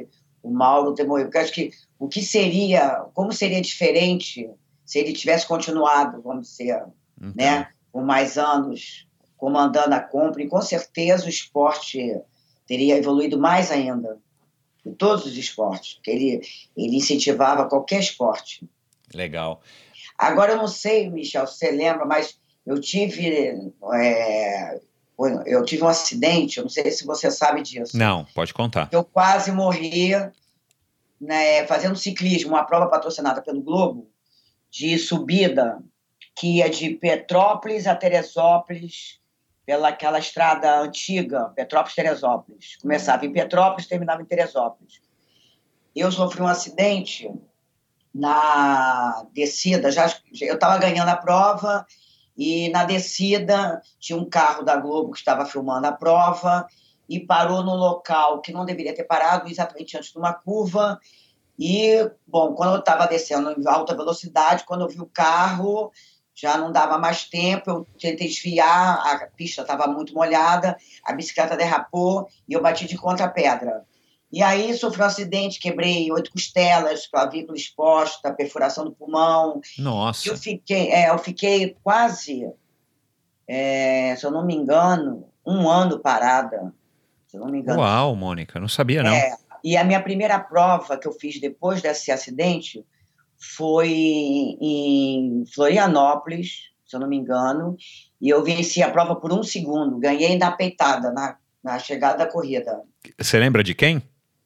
o Mauro ter morrido. Porque acho que o que seria, como seria diferente se ele tivesse continuado, vamos dizer, Então. né, por mais anos comandando a compra, e com certeza o esporte teria evoluído mais ainda, em todos os esportes, porque ele, ele incentivava qualquer esporte. Legal. Agora, eu não sei, Michel, se você lembra, mas eu tive, é, eu tive um acidente, eu não sei se você sabe disso. Não, pode contar. Eu quase morri, né, fazendo ciclismo, uma prova patrocinada pelo Globo, de subida, que ia de Petrópolis a Teresópolis, pela aquela estrada antiga, Petrópolis-Teresópolis. Começava em Petrópolis, terminava em Teresópolis. Eu sofri um acidente na descida, já, eu estava ganhando a prova, e na descida tinha um carro da Globo que estava filmando a prova e parou no local que não deveria ter parado, exatamente antes de uma curva. E, bom, quando eu estava descendo em alta velocidade, quando eu vi o carro, já não dava mais tempo, eu tentei desviar, a pista estava muito molhada, a bicicleta derrapou e eu bati de contra a pedra. E aí sofri um acidente, quebrei oito costelas, clavícula exposta, perfuração do pulmão. Nossa. Eu fiquei, é, eu fiquei quase, é, se eu não me engano, um ano parada, se eu não me engano. Uau, Mônica, não sabia não. É, e a minha primeira prova que eu fiz depois desse acidente foi em Florianópolis, se eu não me engano, e eu venci a prova por um segundo, ganhei na peitada, na, na chegada da corrida. Você lembra de quem?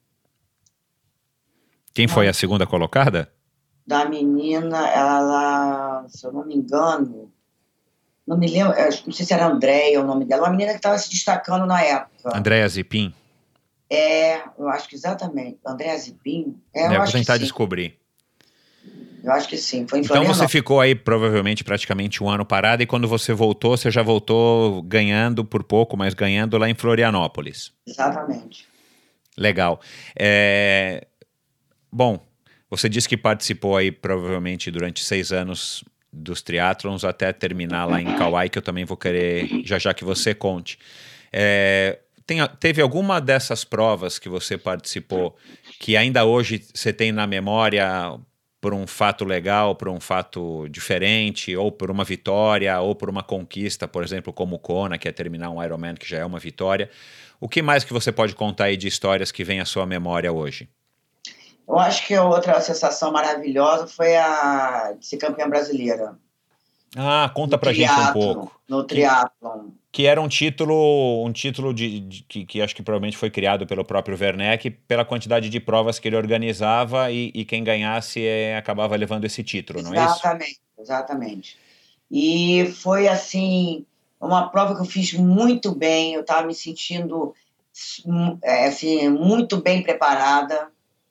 Quem foi a segunda colocada? Da menina, ela, se eu não me engano, não me lembro, não sei se era Andréia o nome dela, uma menina que estava se destacando na época. Andréa Zipin? É, eu acho que exatamente, Andréa Zipin. É, eu é, acho vou tentar que sim. descobrir. Eu acho que sim, foi em Então Florianópolis. você ficou aí provavelmente praticamente um ano parado, e quando você voltou, você já voltou ganhando por pouco, mas ganhando lá em Florianópolis. Exatamente. Legal. É... Bom, você disse que participou aí provavelmente durante seis anos dos triatlons até terminar lá em Kauai, que eu também vou querer, já já que você conte. É... Tem, teve alguma dessas provas que você participou que ainda hoje você tem na memória por um fato legal, por um fato diferente, ou por uma vitória, ou por uma conquista, por exemplo, como o Kona, que é terminar um Ironman, que já é uma vitória? O que mais que você pode contar aí de histórias que vem à sua memória hoje? Eu acho que a outra sensação maravilhosa foi a de ser campeã brasileira. Ah, conta pra gente um pouco. No triatlon. Que, que era um título, um título de, de, que, que acho que provavelmente foi criado pelo próprio Werneck, pela quantidade de provas que ele organizava, e, e quem ganhasse é, acabava levando esse título, não é isso? Exatamente, exatamente. E foi, assim, uma prova que eu fiz muito bem, eu estava me sentindo assim, muito bem preparada,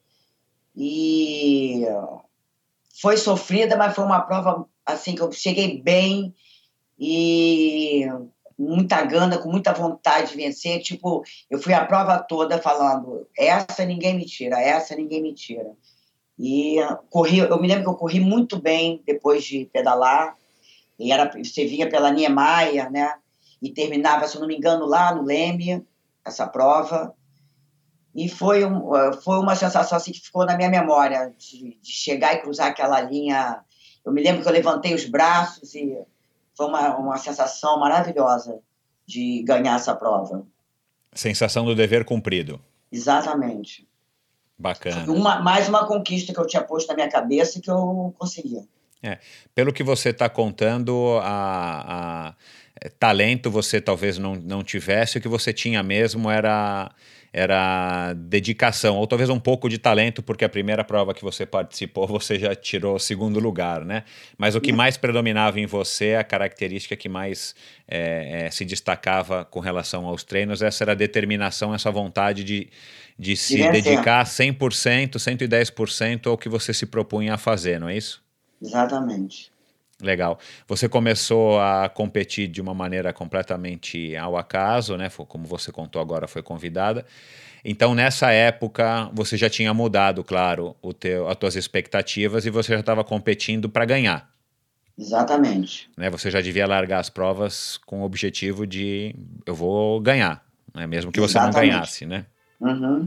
e foi sofrida, mas foi uma prova assim, que eu cheguei bem e muita gana, com muita vontade de vencer. Tipo, eu fui a prova toda falando, essa ninguém me tira, essa ninguém me tira. E corri, eu me lembro que eu corri muito bem depois de pedalar, e era, você vinha pela Niemeyer, né, e terminava, se eu não me engano, lá no Leme, essa prova. E foi, um, foi uma sensação assim, que ficou na minha memória, de, de chegar e cruzar aquela linha. Eu me lembro que eu levantei os braços e foi uma, uma sensação maravilhosa de ganhar essa prova. Sensação do dever cumprido. Exatamente. Bacana. Foi uma, mais uma conquista que eu tinha posto na minha cabeça e que eu conseguia. É, pelo que você está contando, a, a, é, talento você talvez não, não tivesse, o que você tinha mesmo era, era dedicação, ou talvez um pouco de talento, porque a primeira prova que você participou você já tirou segundo lugar, né? Mas o que mais predominava em você, a característica que mais é, é, se destacava com relação aos treinos, essa era a determinação, essa vontade de, de se De dedicar cem por cento, cento e dez por cento ao que você se propunha a fazer, não é isso? Exatamente. Legal. Você começou a competir de uma maneira completamente ao acaso, né? Como você contou agora, foi convidada. Então, nessa época, você já tinha mudado, claro, o teu, as tuas expectativas, e você já estava competindo para ganhar. Exatamente. Né? Você já devia largar as provas com o objetivo de eu vou ganhar, né? Mesmo que você Exatamente. não ganhasse, né? Uhum.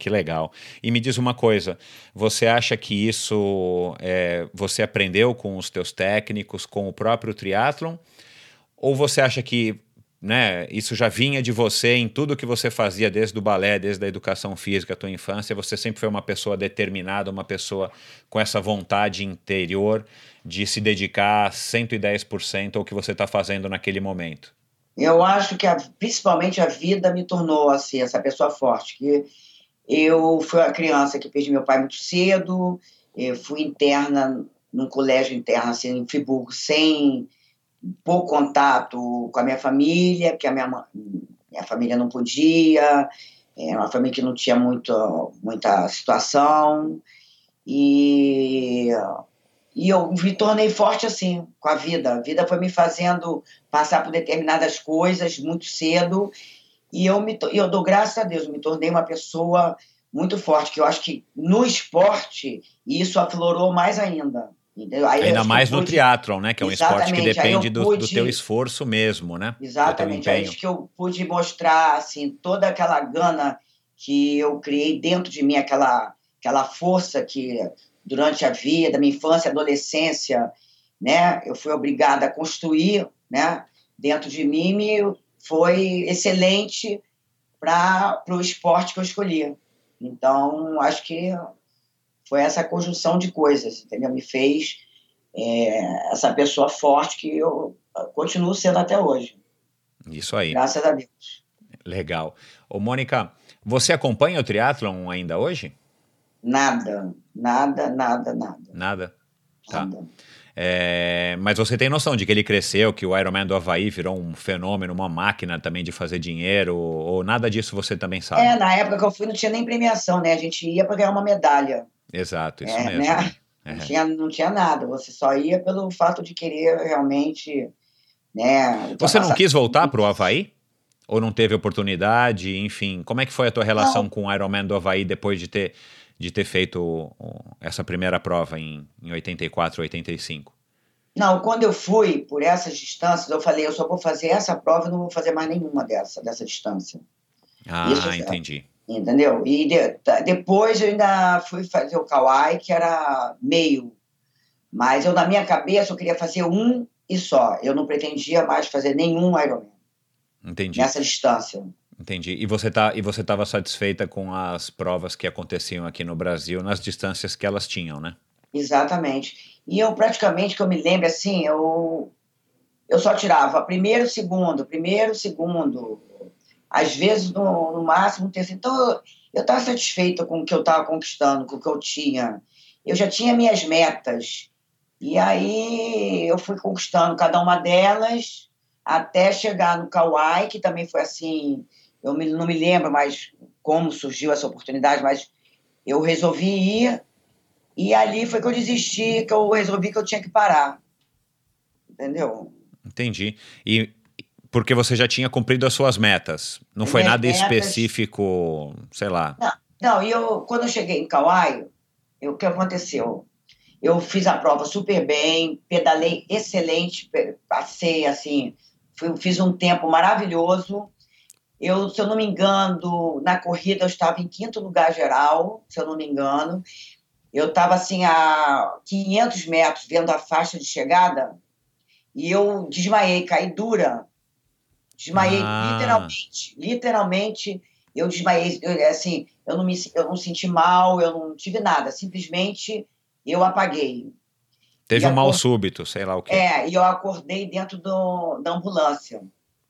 Que legal. E me diz uma coisa, você acha que isso é, você aprendeu com os teus técnicos, com o próprio triatlon? Ou você acha que, né, isso já vinha de você em tudo que você fazia, desde o balé, desde a educação física, a tua infância, você sempre foi uma pessoa determinada, uma pessoa com essa vontade interior de se dedicar cento e dez por cento ao que você está fazendo naquele momento? Eu acho que a, principalmente a vida me tornou assim, essa pessoa forte, que eu fui uma criança que perdi meu pai muito cedo, eu fui interna num colégio interno assim, em Friburgo, sem pouco contato com a minha família, porque a minha, minha família não podia, é uma família que não tinha muito, muita situação, e, e eu me tornei forte assim, com a vida. A vida foi me fazendo passar por determinadas coisas muito cedo, e eu, me, eu dou graças a Deus, eu me tornei uma pessoa muito forte, que eu acho que no esporte isso aflorou mais ainda. Entendeu? Aí Ainda mais pude, no triatlon, né? Que é um esporte que depende do, pude, do teu esforço mesmo, né? Exatamente. Aí acho que eu pude mostrar assim, toda aquela gana que eu criei dentro de mim, aquela, aquela força que durante a vida, minha infância, adolescência, né, eu fui obrigada a construir, né, dentro de mim, me foi excelente para o esporte que eu escolhi. Então, acho que foi essa conjunção de coisas, entendeu? Me fez é, essa pessoa forte que eu continuo sendo até hoje. Isso aí. Graças a Deus. Legal. Ô, Mônica, você acompanha o triatlon ainda hoje? Nada, nada, nada, nada. Nada? Tá. Nada. É, mas você tem noção de que ele cresceu, que o Ironman do Havaí virou um fenômeno, uma máquina também de fazer dinheiro, ou nada disso você também sabe? É, na época que eu fui não tinha nem premiação, né? A gente ia para ganhar uma medalha. Exato, isso É, mesmo. né? Né? Não, É. tinha, não tinha nada, você só ia pelo fato de querer realmente, né? Você não quis voltar para o Havaí? Ou não teve oportunidade? Enfim, como é que foi a tua relação Não. com o Ironman do Havaí depois de ter, de ter feito essa primeira prova em, em oitenta e quatro, oitenta e cinco? Não, quando eu fui por essas distâncias, eu falei, eu só vou fazer essa prova e não vou fazer mais nenhuma dessa, dessa distância. Ah, Isso, entendi. entendeu? E de, depois eu ainda fui fazer o Kauai, que era meio. Mas eu, na minha cabeça, eu queria fazer um e só. Eu não pretendia mais fazer nenhum Ironman. Entendi. Nessa distância. Entendi. E você tá, e você estava satisfeita com as provas que aconteciam aqui no Brasil, nas distâncias que elas tinham, né? Exatamente. E eu praticamente, que eu me lembro, assim, eu, eu só tirava primeiro, segundo, primeiro, segundo, às vezes no, no máximo terceiro. Então, eu estava satisfeita com o que eu estava conquistando, com o que eu tinha. Eu já tinha minhas metas. E aí eu fui conquistando cada uma delas até chegar no Kauai, que também foi assim, eu me, não me lembro mais como surgiu essa oportunidade, mas eu resolvi ir. E ali foi que eu desisti, que eu resolvi que eu tinha que parar. Entendeu? Entendi. E porque você já tinha cumprido as suas metas. Não As foi minhas nada metas- específico, sei lá. Não, não, e eu, quando eu cheguei em Kauai, eu- o que aconteceu? Eu fiz a prova super bem, pedalei excelente, pe- passei assim, fui- fiz um tempo maravilhoso. Eu, se eu não me engano, na corrida eu estava em quinto lugar geral, se eu não me engano. Eu estava assim a quinhentos metros vendo a faixa de chegada e eu desmaiei, caí dura. Desmaiei Ah, literalmente, literalmente eu desmaiei, eu, assim, eu não me, eu não senti mal, eu não tive nada, simplesmente eu apaguei. teve E, um mal acor- súbito, sei lá o quê. é, e eu acordei dentro do, da ambulância.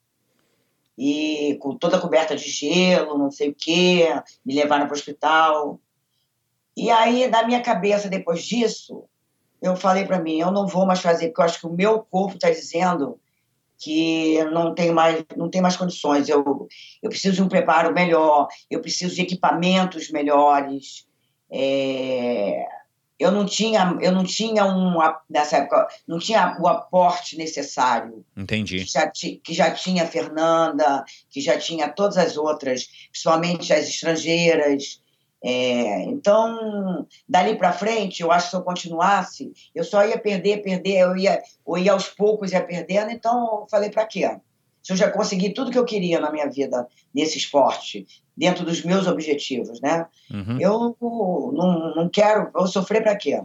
E com toda coberta de gelo, não sei o quê, me levaram para o hospital. E aí, na minha cabeça, depois disso, eu falei para mim, eu não vou mais fazer, porque eu acho que o meu corpo está dizendo que não tem mais, não tem mais condições. Eu, eu preciso de um preparo melhor, eu preciso de equipamentos melhores. É, eu não tinha, eu não tinha um, nessa época, não tinha o aporte necessário. Entendi. Que já, ti, que já tinha a Fernanda, que já tinha todas as outras, principalmente as estrangeiras. É, então, dali para frente, eu acho que se eu continuasse, eu só ia perder, perder, eu ia, eu ia aos poucos ia perdendo, então eu falei, para quê? se eu já consegui tudo que eu queria na minha vida nesse esporte, dentro dos meus objetivos, né? Uhum. Eu não, não quero, eu sofrer para quê?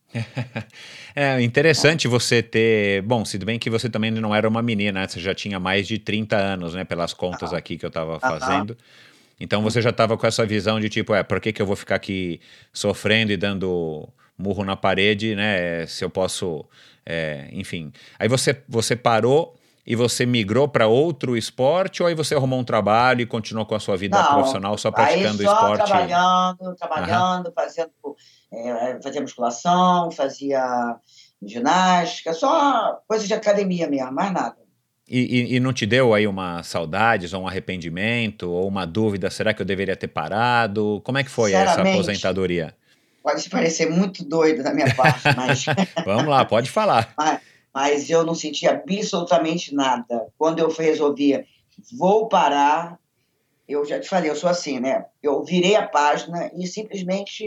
É interessante você ter. Bom, se bem que você também não era uma menina, né? Você já tinha mais de trinta anos, né? Pelas contas Aham, aqui que eu estava aham, fazendo. Então você já uhum. estava com essa visão de tipo, é, por que que eu vou ficar aqui sofrendo e dando murro na parede, né? Se eu posso, é, enfim. Aí você, você parou e você migrou para outro esporte, ou aí você arrumou um trabalho e continuou com a sua vida Não, profissional só aí praticando só esporte? trabalhando, Aham. trabalhando, fazendo, é, fazia musculação, fazia ginástica, só coisa de academia mesmo, mais nada. E, e, e não te deu aí uma saudades, ou um arrependimento, ou uma dúvida, será que eu deveria ter parado? Como é que foi essa Sinceramente, aposentadoria? pode parecer muito doido da minha parte, mas, Vamos lá, pode falar. mas, mas eu não senti absolutamente nada. Quando eu resolvi, vou parar, eu já te falei, eu sou assim, né? Eu virei a página e simplesmente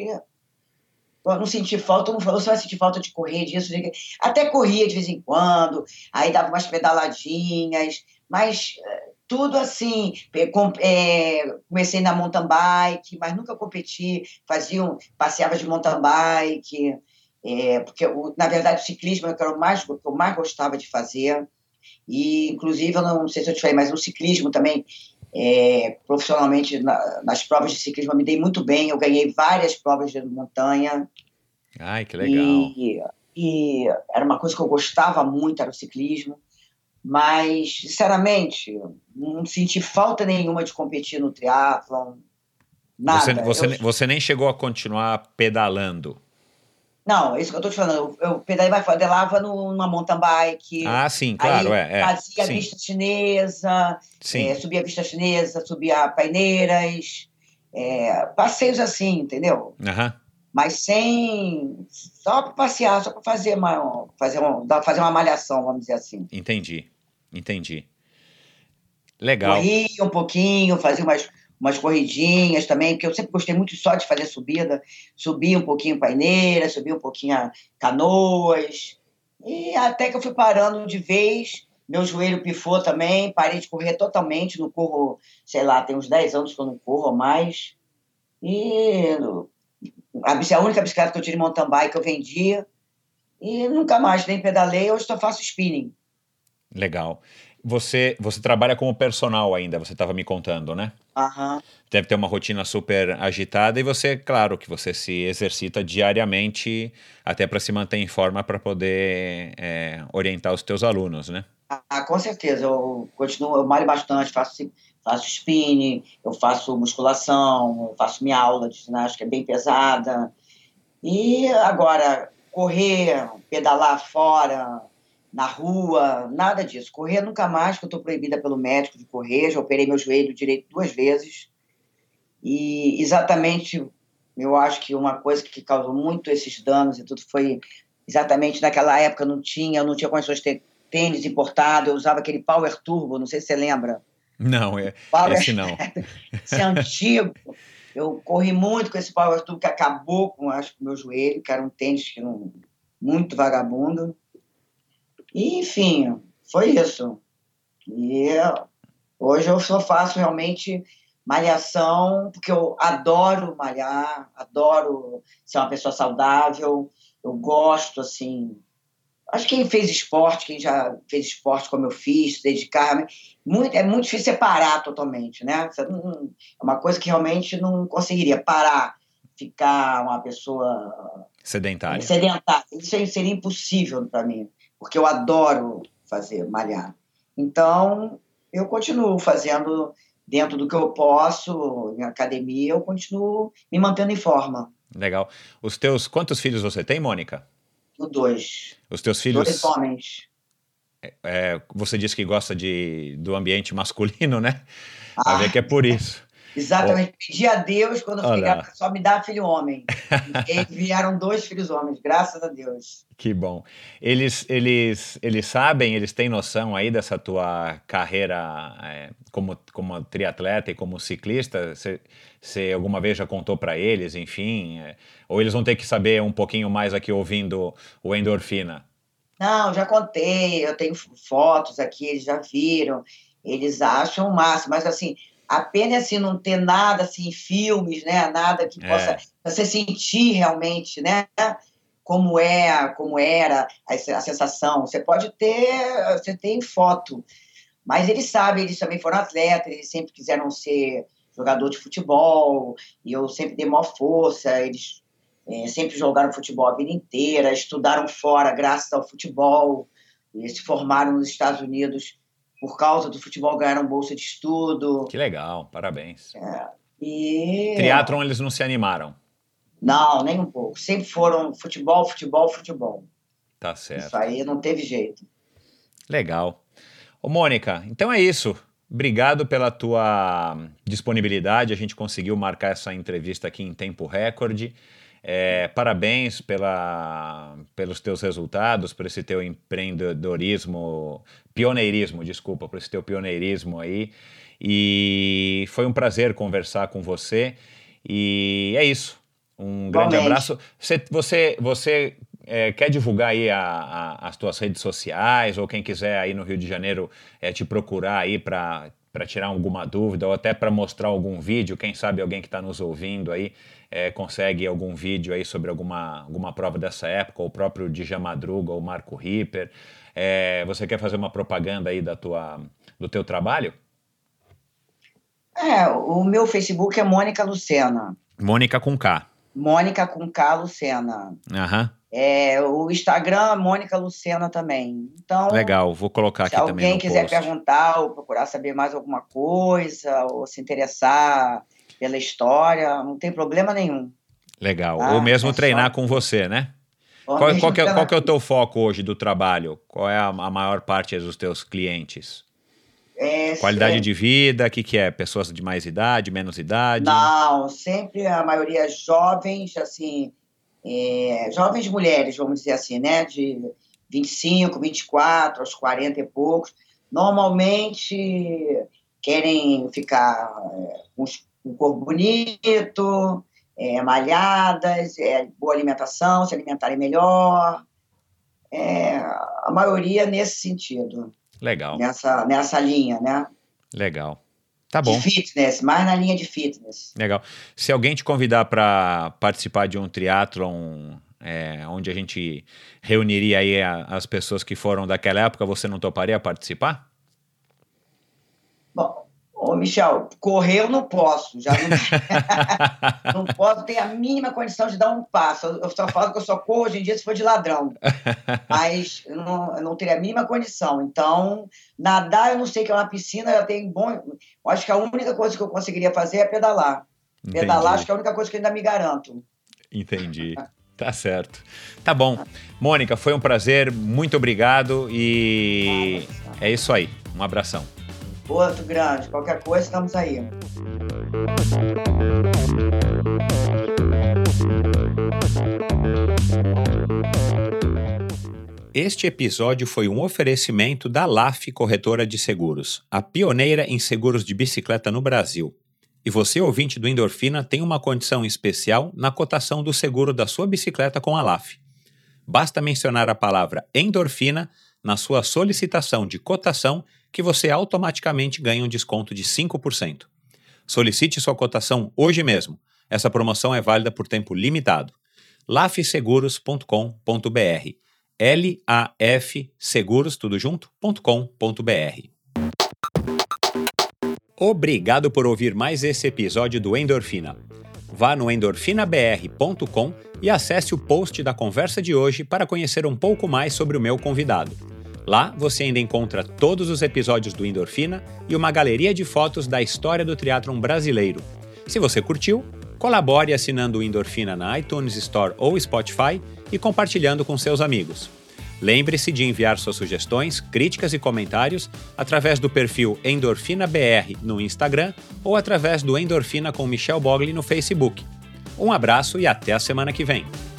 eu não senti falta, eu não falou, você vai sentir falta de correr, disso, de... até corria de vez em quando, aí dava umas pedaladinhas, mas eh, tudo assim, eh, com- eh, comecei na mountain bike, mas nunca competi, fazia um, passeava de mountain bike, eh, porque o- na verdade o ciclismo era o que eu mais, o que eu mais gostava de fazer, e inclusive, eu não sei se eu te falei, mas o ciclismo também, eh, profissionalmente, na- nas provas de ciclismo eu me dei muito bem, eu ganhei várias provas de montanha, Ai, que legal. e, e era uma coisa que eu gostava muito, era o ciclismo, mas, sinceramente, não senti falta nenhuma de competir no triatlon, Você, nada. Eu, você, você nem chegou a continuar pedalando. não, é isso que eu estou te falando, eu, eu pedalava, pedalava no- numa mountain bike, Ah, sim, claro, aí é, é, fazia sim, vista chinesa, é, sim. subia a vista chinesa, subia paineiras, é, passeios assim, entendeu? Aham, Mas sem, só para passear, só para fazer uma, fazer uma, fazer uma malhação, vamos dizer assim. entendi, entendi. Legal. Corria um pouquinho, fazia umas, umas corridinhas também, porque eu sempre gostei muito só de fazer subida, subia um pouquinho paineira, subia um pouquinho a canoas, e até que eu fui parando de vez, meu joelho pifou também, parei de correr totalmente, não corro, sei lá, tem uns dez anos que eu não corro mais, e a, bici- a única bicicleta que eu tive de mountain bike eu vendia, e nunca mais nem pedalei, hoje só faço spinning. Legal. Você, você trabalha como personal ainda, você estava me contando, né? Aham. Deve ter uma rotina super agitada e você, claro, que você se exercita diariamente até para se manter em forma para poder é, orientar os teus alunos, né? Ah, com certeza, eu continuo, eu malho bastante, faço, faço spinning, eu faço musculação, eu faço minha aula de ginástica, é bem pesada. E agora, correr, pedalar fora, na rua, nada disso. Correr nunca mais, porque eu estou proibida pelo médico de correr, já operei meu joelho direito duas vezes. E exatamente, eu acho que uma coisa que causou muito esses danos e tudo foi exatamente naquela época não tinha, eu não tinha condições de ter tênis importado, eu usava aquele Power Turbo, não sei se você lembra. Não, é, Power, esse não. esse é antigo. Eu corri muito com esse Power Turbo que acabou com, acho, com o meu joelho, que era um tênis que não, muito vagabundo. E, enfim, foi isso. E hoje eu só faço realmente malhação, porque eu adoro malhar, adoro ser uma pessoa saudável, eu gosto, assim. Acho que quem fez esporte, quem já fez esporte como eu fiz, se dedicar, muito, é muito difícil separar totalmente, né? Você não- É uma coisa que realmente não conseguiria parar, ficar uma pessoa é, Sedentária. sedentária. Isso aí seria impossível para mim, porque eu adoro fazer, malhar. Então, eu continuo fazendo dentro do que eu posso, em academia, eu continuo me mantendo em forma. Legal. Os teus, quantos filhos você tem, Mônica? Tenho dois, Os teus dois filhos, homens. é, você disse que gosta de, do ambiente masculino, né? Vai ver Ah, que é por isso. Oh, exatamente. Pedi a Deus, quando eu fiquei olha, grávida, só me dá filho homem. E vieram dois filhos homens, graças a Deus. que bom. Eles, eles, eles sabem, eles têm noção aí dessa tua carreira é, como, como triatleta e como ciclista? Você, você alguma vez já contou para eles, enfim? É, ou eles vão ter que saber um pouquinho mais aqui ouvindo o Endorfina? Não, já contei, eu tenho fotos aqui, eles já viram. eles acham o máximo, mas assim, a pena é assim, não ter nada assim, em filmes, né? Nada que possa É. você sentir realmente, né? Como é, como era a, a sensação. Você pode ter, você tem foto, mas eles sabem, eles também foram atletas, eles sempre quiseram ser jogador de futebol, e eu sempre dei maior força, eles é, sempre jogaram futebol a vida inteira, estudaram fora graças ao futebol, e se formaram nos Estados Unidos por causa do futebol, ganharam bolsa de estudo. Que legal, parabéns. É, e... Triatlon eles não se animaram? Não, nem um pouco. Sempre foram futebol, futebol, futebol. Tá certo. Isso aí não teve jeito. Legal. Ô, Mônica, então é isso. Obrigado pela tua disponibilidade. A gente conseguiu marcar essa entrevista aqui em tempo recorde. É, parabéns pela, pelos teus resultados, por esse teu empreendedorismo, pioneirismo, desculpa, por esse teu pioneirismo aí. E foi um prazer conversar com você. E é isso. Um grande Igualmente. abraço. Você, você, você é, quer divulgar aí a, a, as tuas redes sociais, ou quem quiser aí no Rio de Janeiro é, te procurar aí para para tirar alguma dúvida, ou até para mostrar algum vídeo, quem sabe alguém que está nos ouvindo aí é, consegue algum vídeo aí sobre alguma, alguma prova dessa época, ou o próprio Djalma Madruga ou Marco Ripper. É, você quer fazer uma propaganda aí da tua, do teu trabalho? É, o meu Facebook é Mônica Lucena. Mônica com K. Mônica com K Lucena. Aham. É, o Instagram, Mônica Lucena também. Então, legal, vou colocar aqui se também no alguém quiser post. perguntar ou procurar saber mais alguma coisa, ou se interessar pela história, não tem problema nenhum. Legal. Tá? Ou mesmo É treinar só- com você, né? ou Qual, mesmo qual, que é, pela- qual que é o teu foco hoje do trabalho? Qual é a, a maior parte dos teus clientes? é, Qualidade é, de vida, o que, que é? Pessoas de mais idade, menos idade? Não, sempre a maioria jovens, assim, é, jovens mulheres, vamos dizer assim, né? De vinte e cinco, vinte e quatro, aos quarenta e poucos. Normalmente querem ficar é, com os- com o corpo bonito, é, malhadas, é, boa alimentação, se alimentarem melhor. É, a maioria nesse sentido, Legal, nessa, nessa linha, né? legal. Tá De bom, fitness, mais na linha de fitness. legal. Se alguém te convidar para participar de um triatlon, é, onde a gente reuniria aí a- as pessoas que foram daquela época, você não toparia participar? Bom, ô Michel, correr eu não posso, já não, não posso ter a mínima condição de dar um passo. Eu só falo que eu só corro hoje em dia se for de ladrão, mas eu não, eu não teria a mínima condição. Então, nadar eu não sei que é uma piscina, eu tenho bom. Eu acho que a única coisa que eu conseguiria fazer é pedalar. Pedalar, Entendi. acho que é a única coisa que eu ainda me garanto. Entendi. Tá certo. Tá bom. Mônica, foi um prazer, muito obrigado e é isso aí. Um abração. Outro grande, qualquer coisa, estamos aí. Este episódio foi um oferecimento da L A F Corretora de Seguros, a pioneira em seguros de bicicleta no Brasil. E você, ouvinte do Endorfina, tem uma condição especial na cotação do seguro da sua bicicleta com a L A F. Basta mencionar a palavra endorfina na sua solicitação de cotação que você automaticamente ganha um desconto de cinco por cento. Solicite sua cotação hoje mesmo. Essa promoção é válida por tempo limitado. lafseguros ponto com ponto br L A F Seguros, tudo junto, .com.br. Obrigado por ouvir mais esse episódio do Endorfina. Vá no endorfina b r ponto com e acesse o post da conversa de hoje para conhecer um pouco mais sobre o meu convidado. Lá você ainda encontra todos os episódios do Endorfina e uma galeria de fotos da história do triatlon brasileiro. Se você curtiu, colabore assinando o Endorfina na iTunes Store ou Spotify e compartilhando com seus amigos. Lembre-se de enviar suas sugestões, críticas e comentários através do perfil Endorfina B R no Instagram ou através do Endorfina com Michel Bogli no Facebook. Um abraço e até a semana que vem.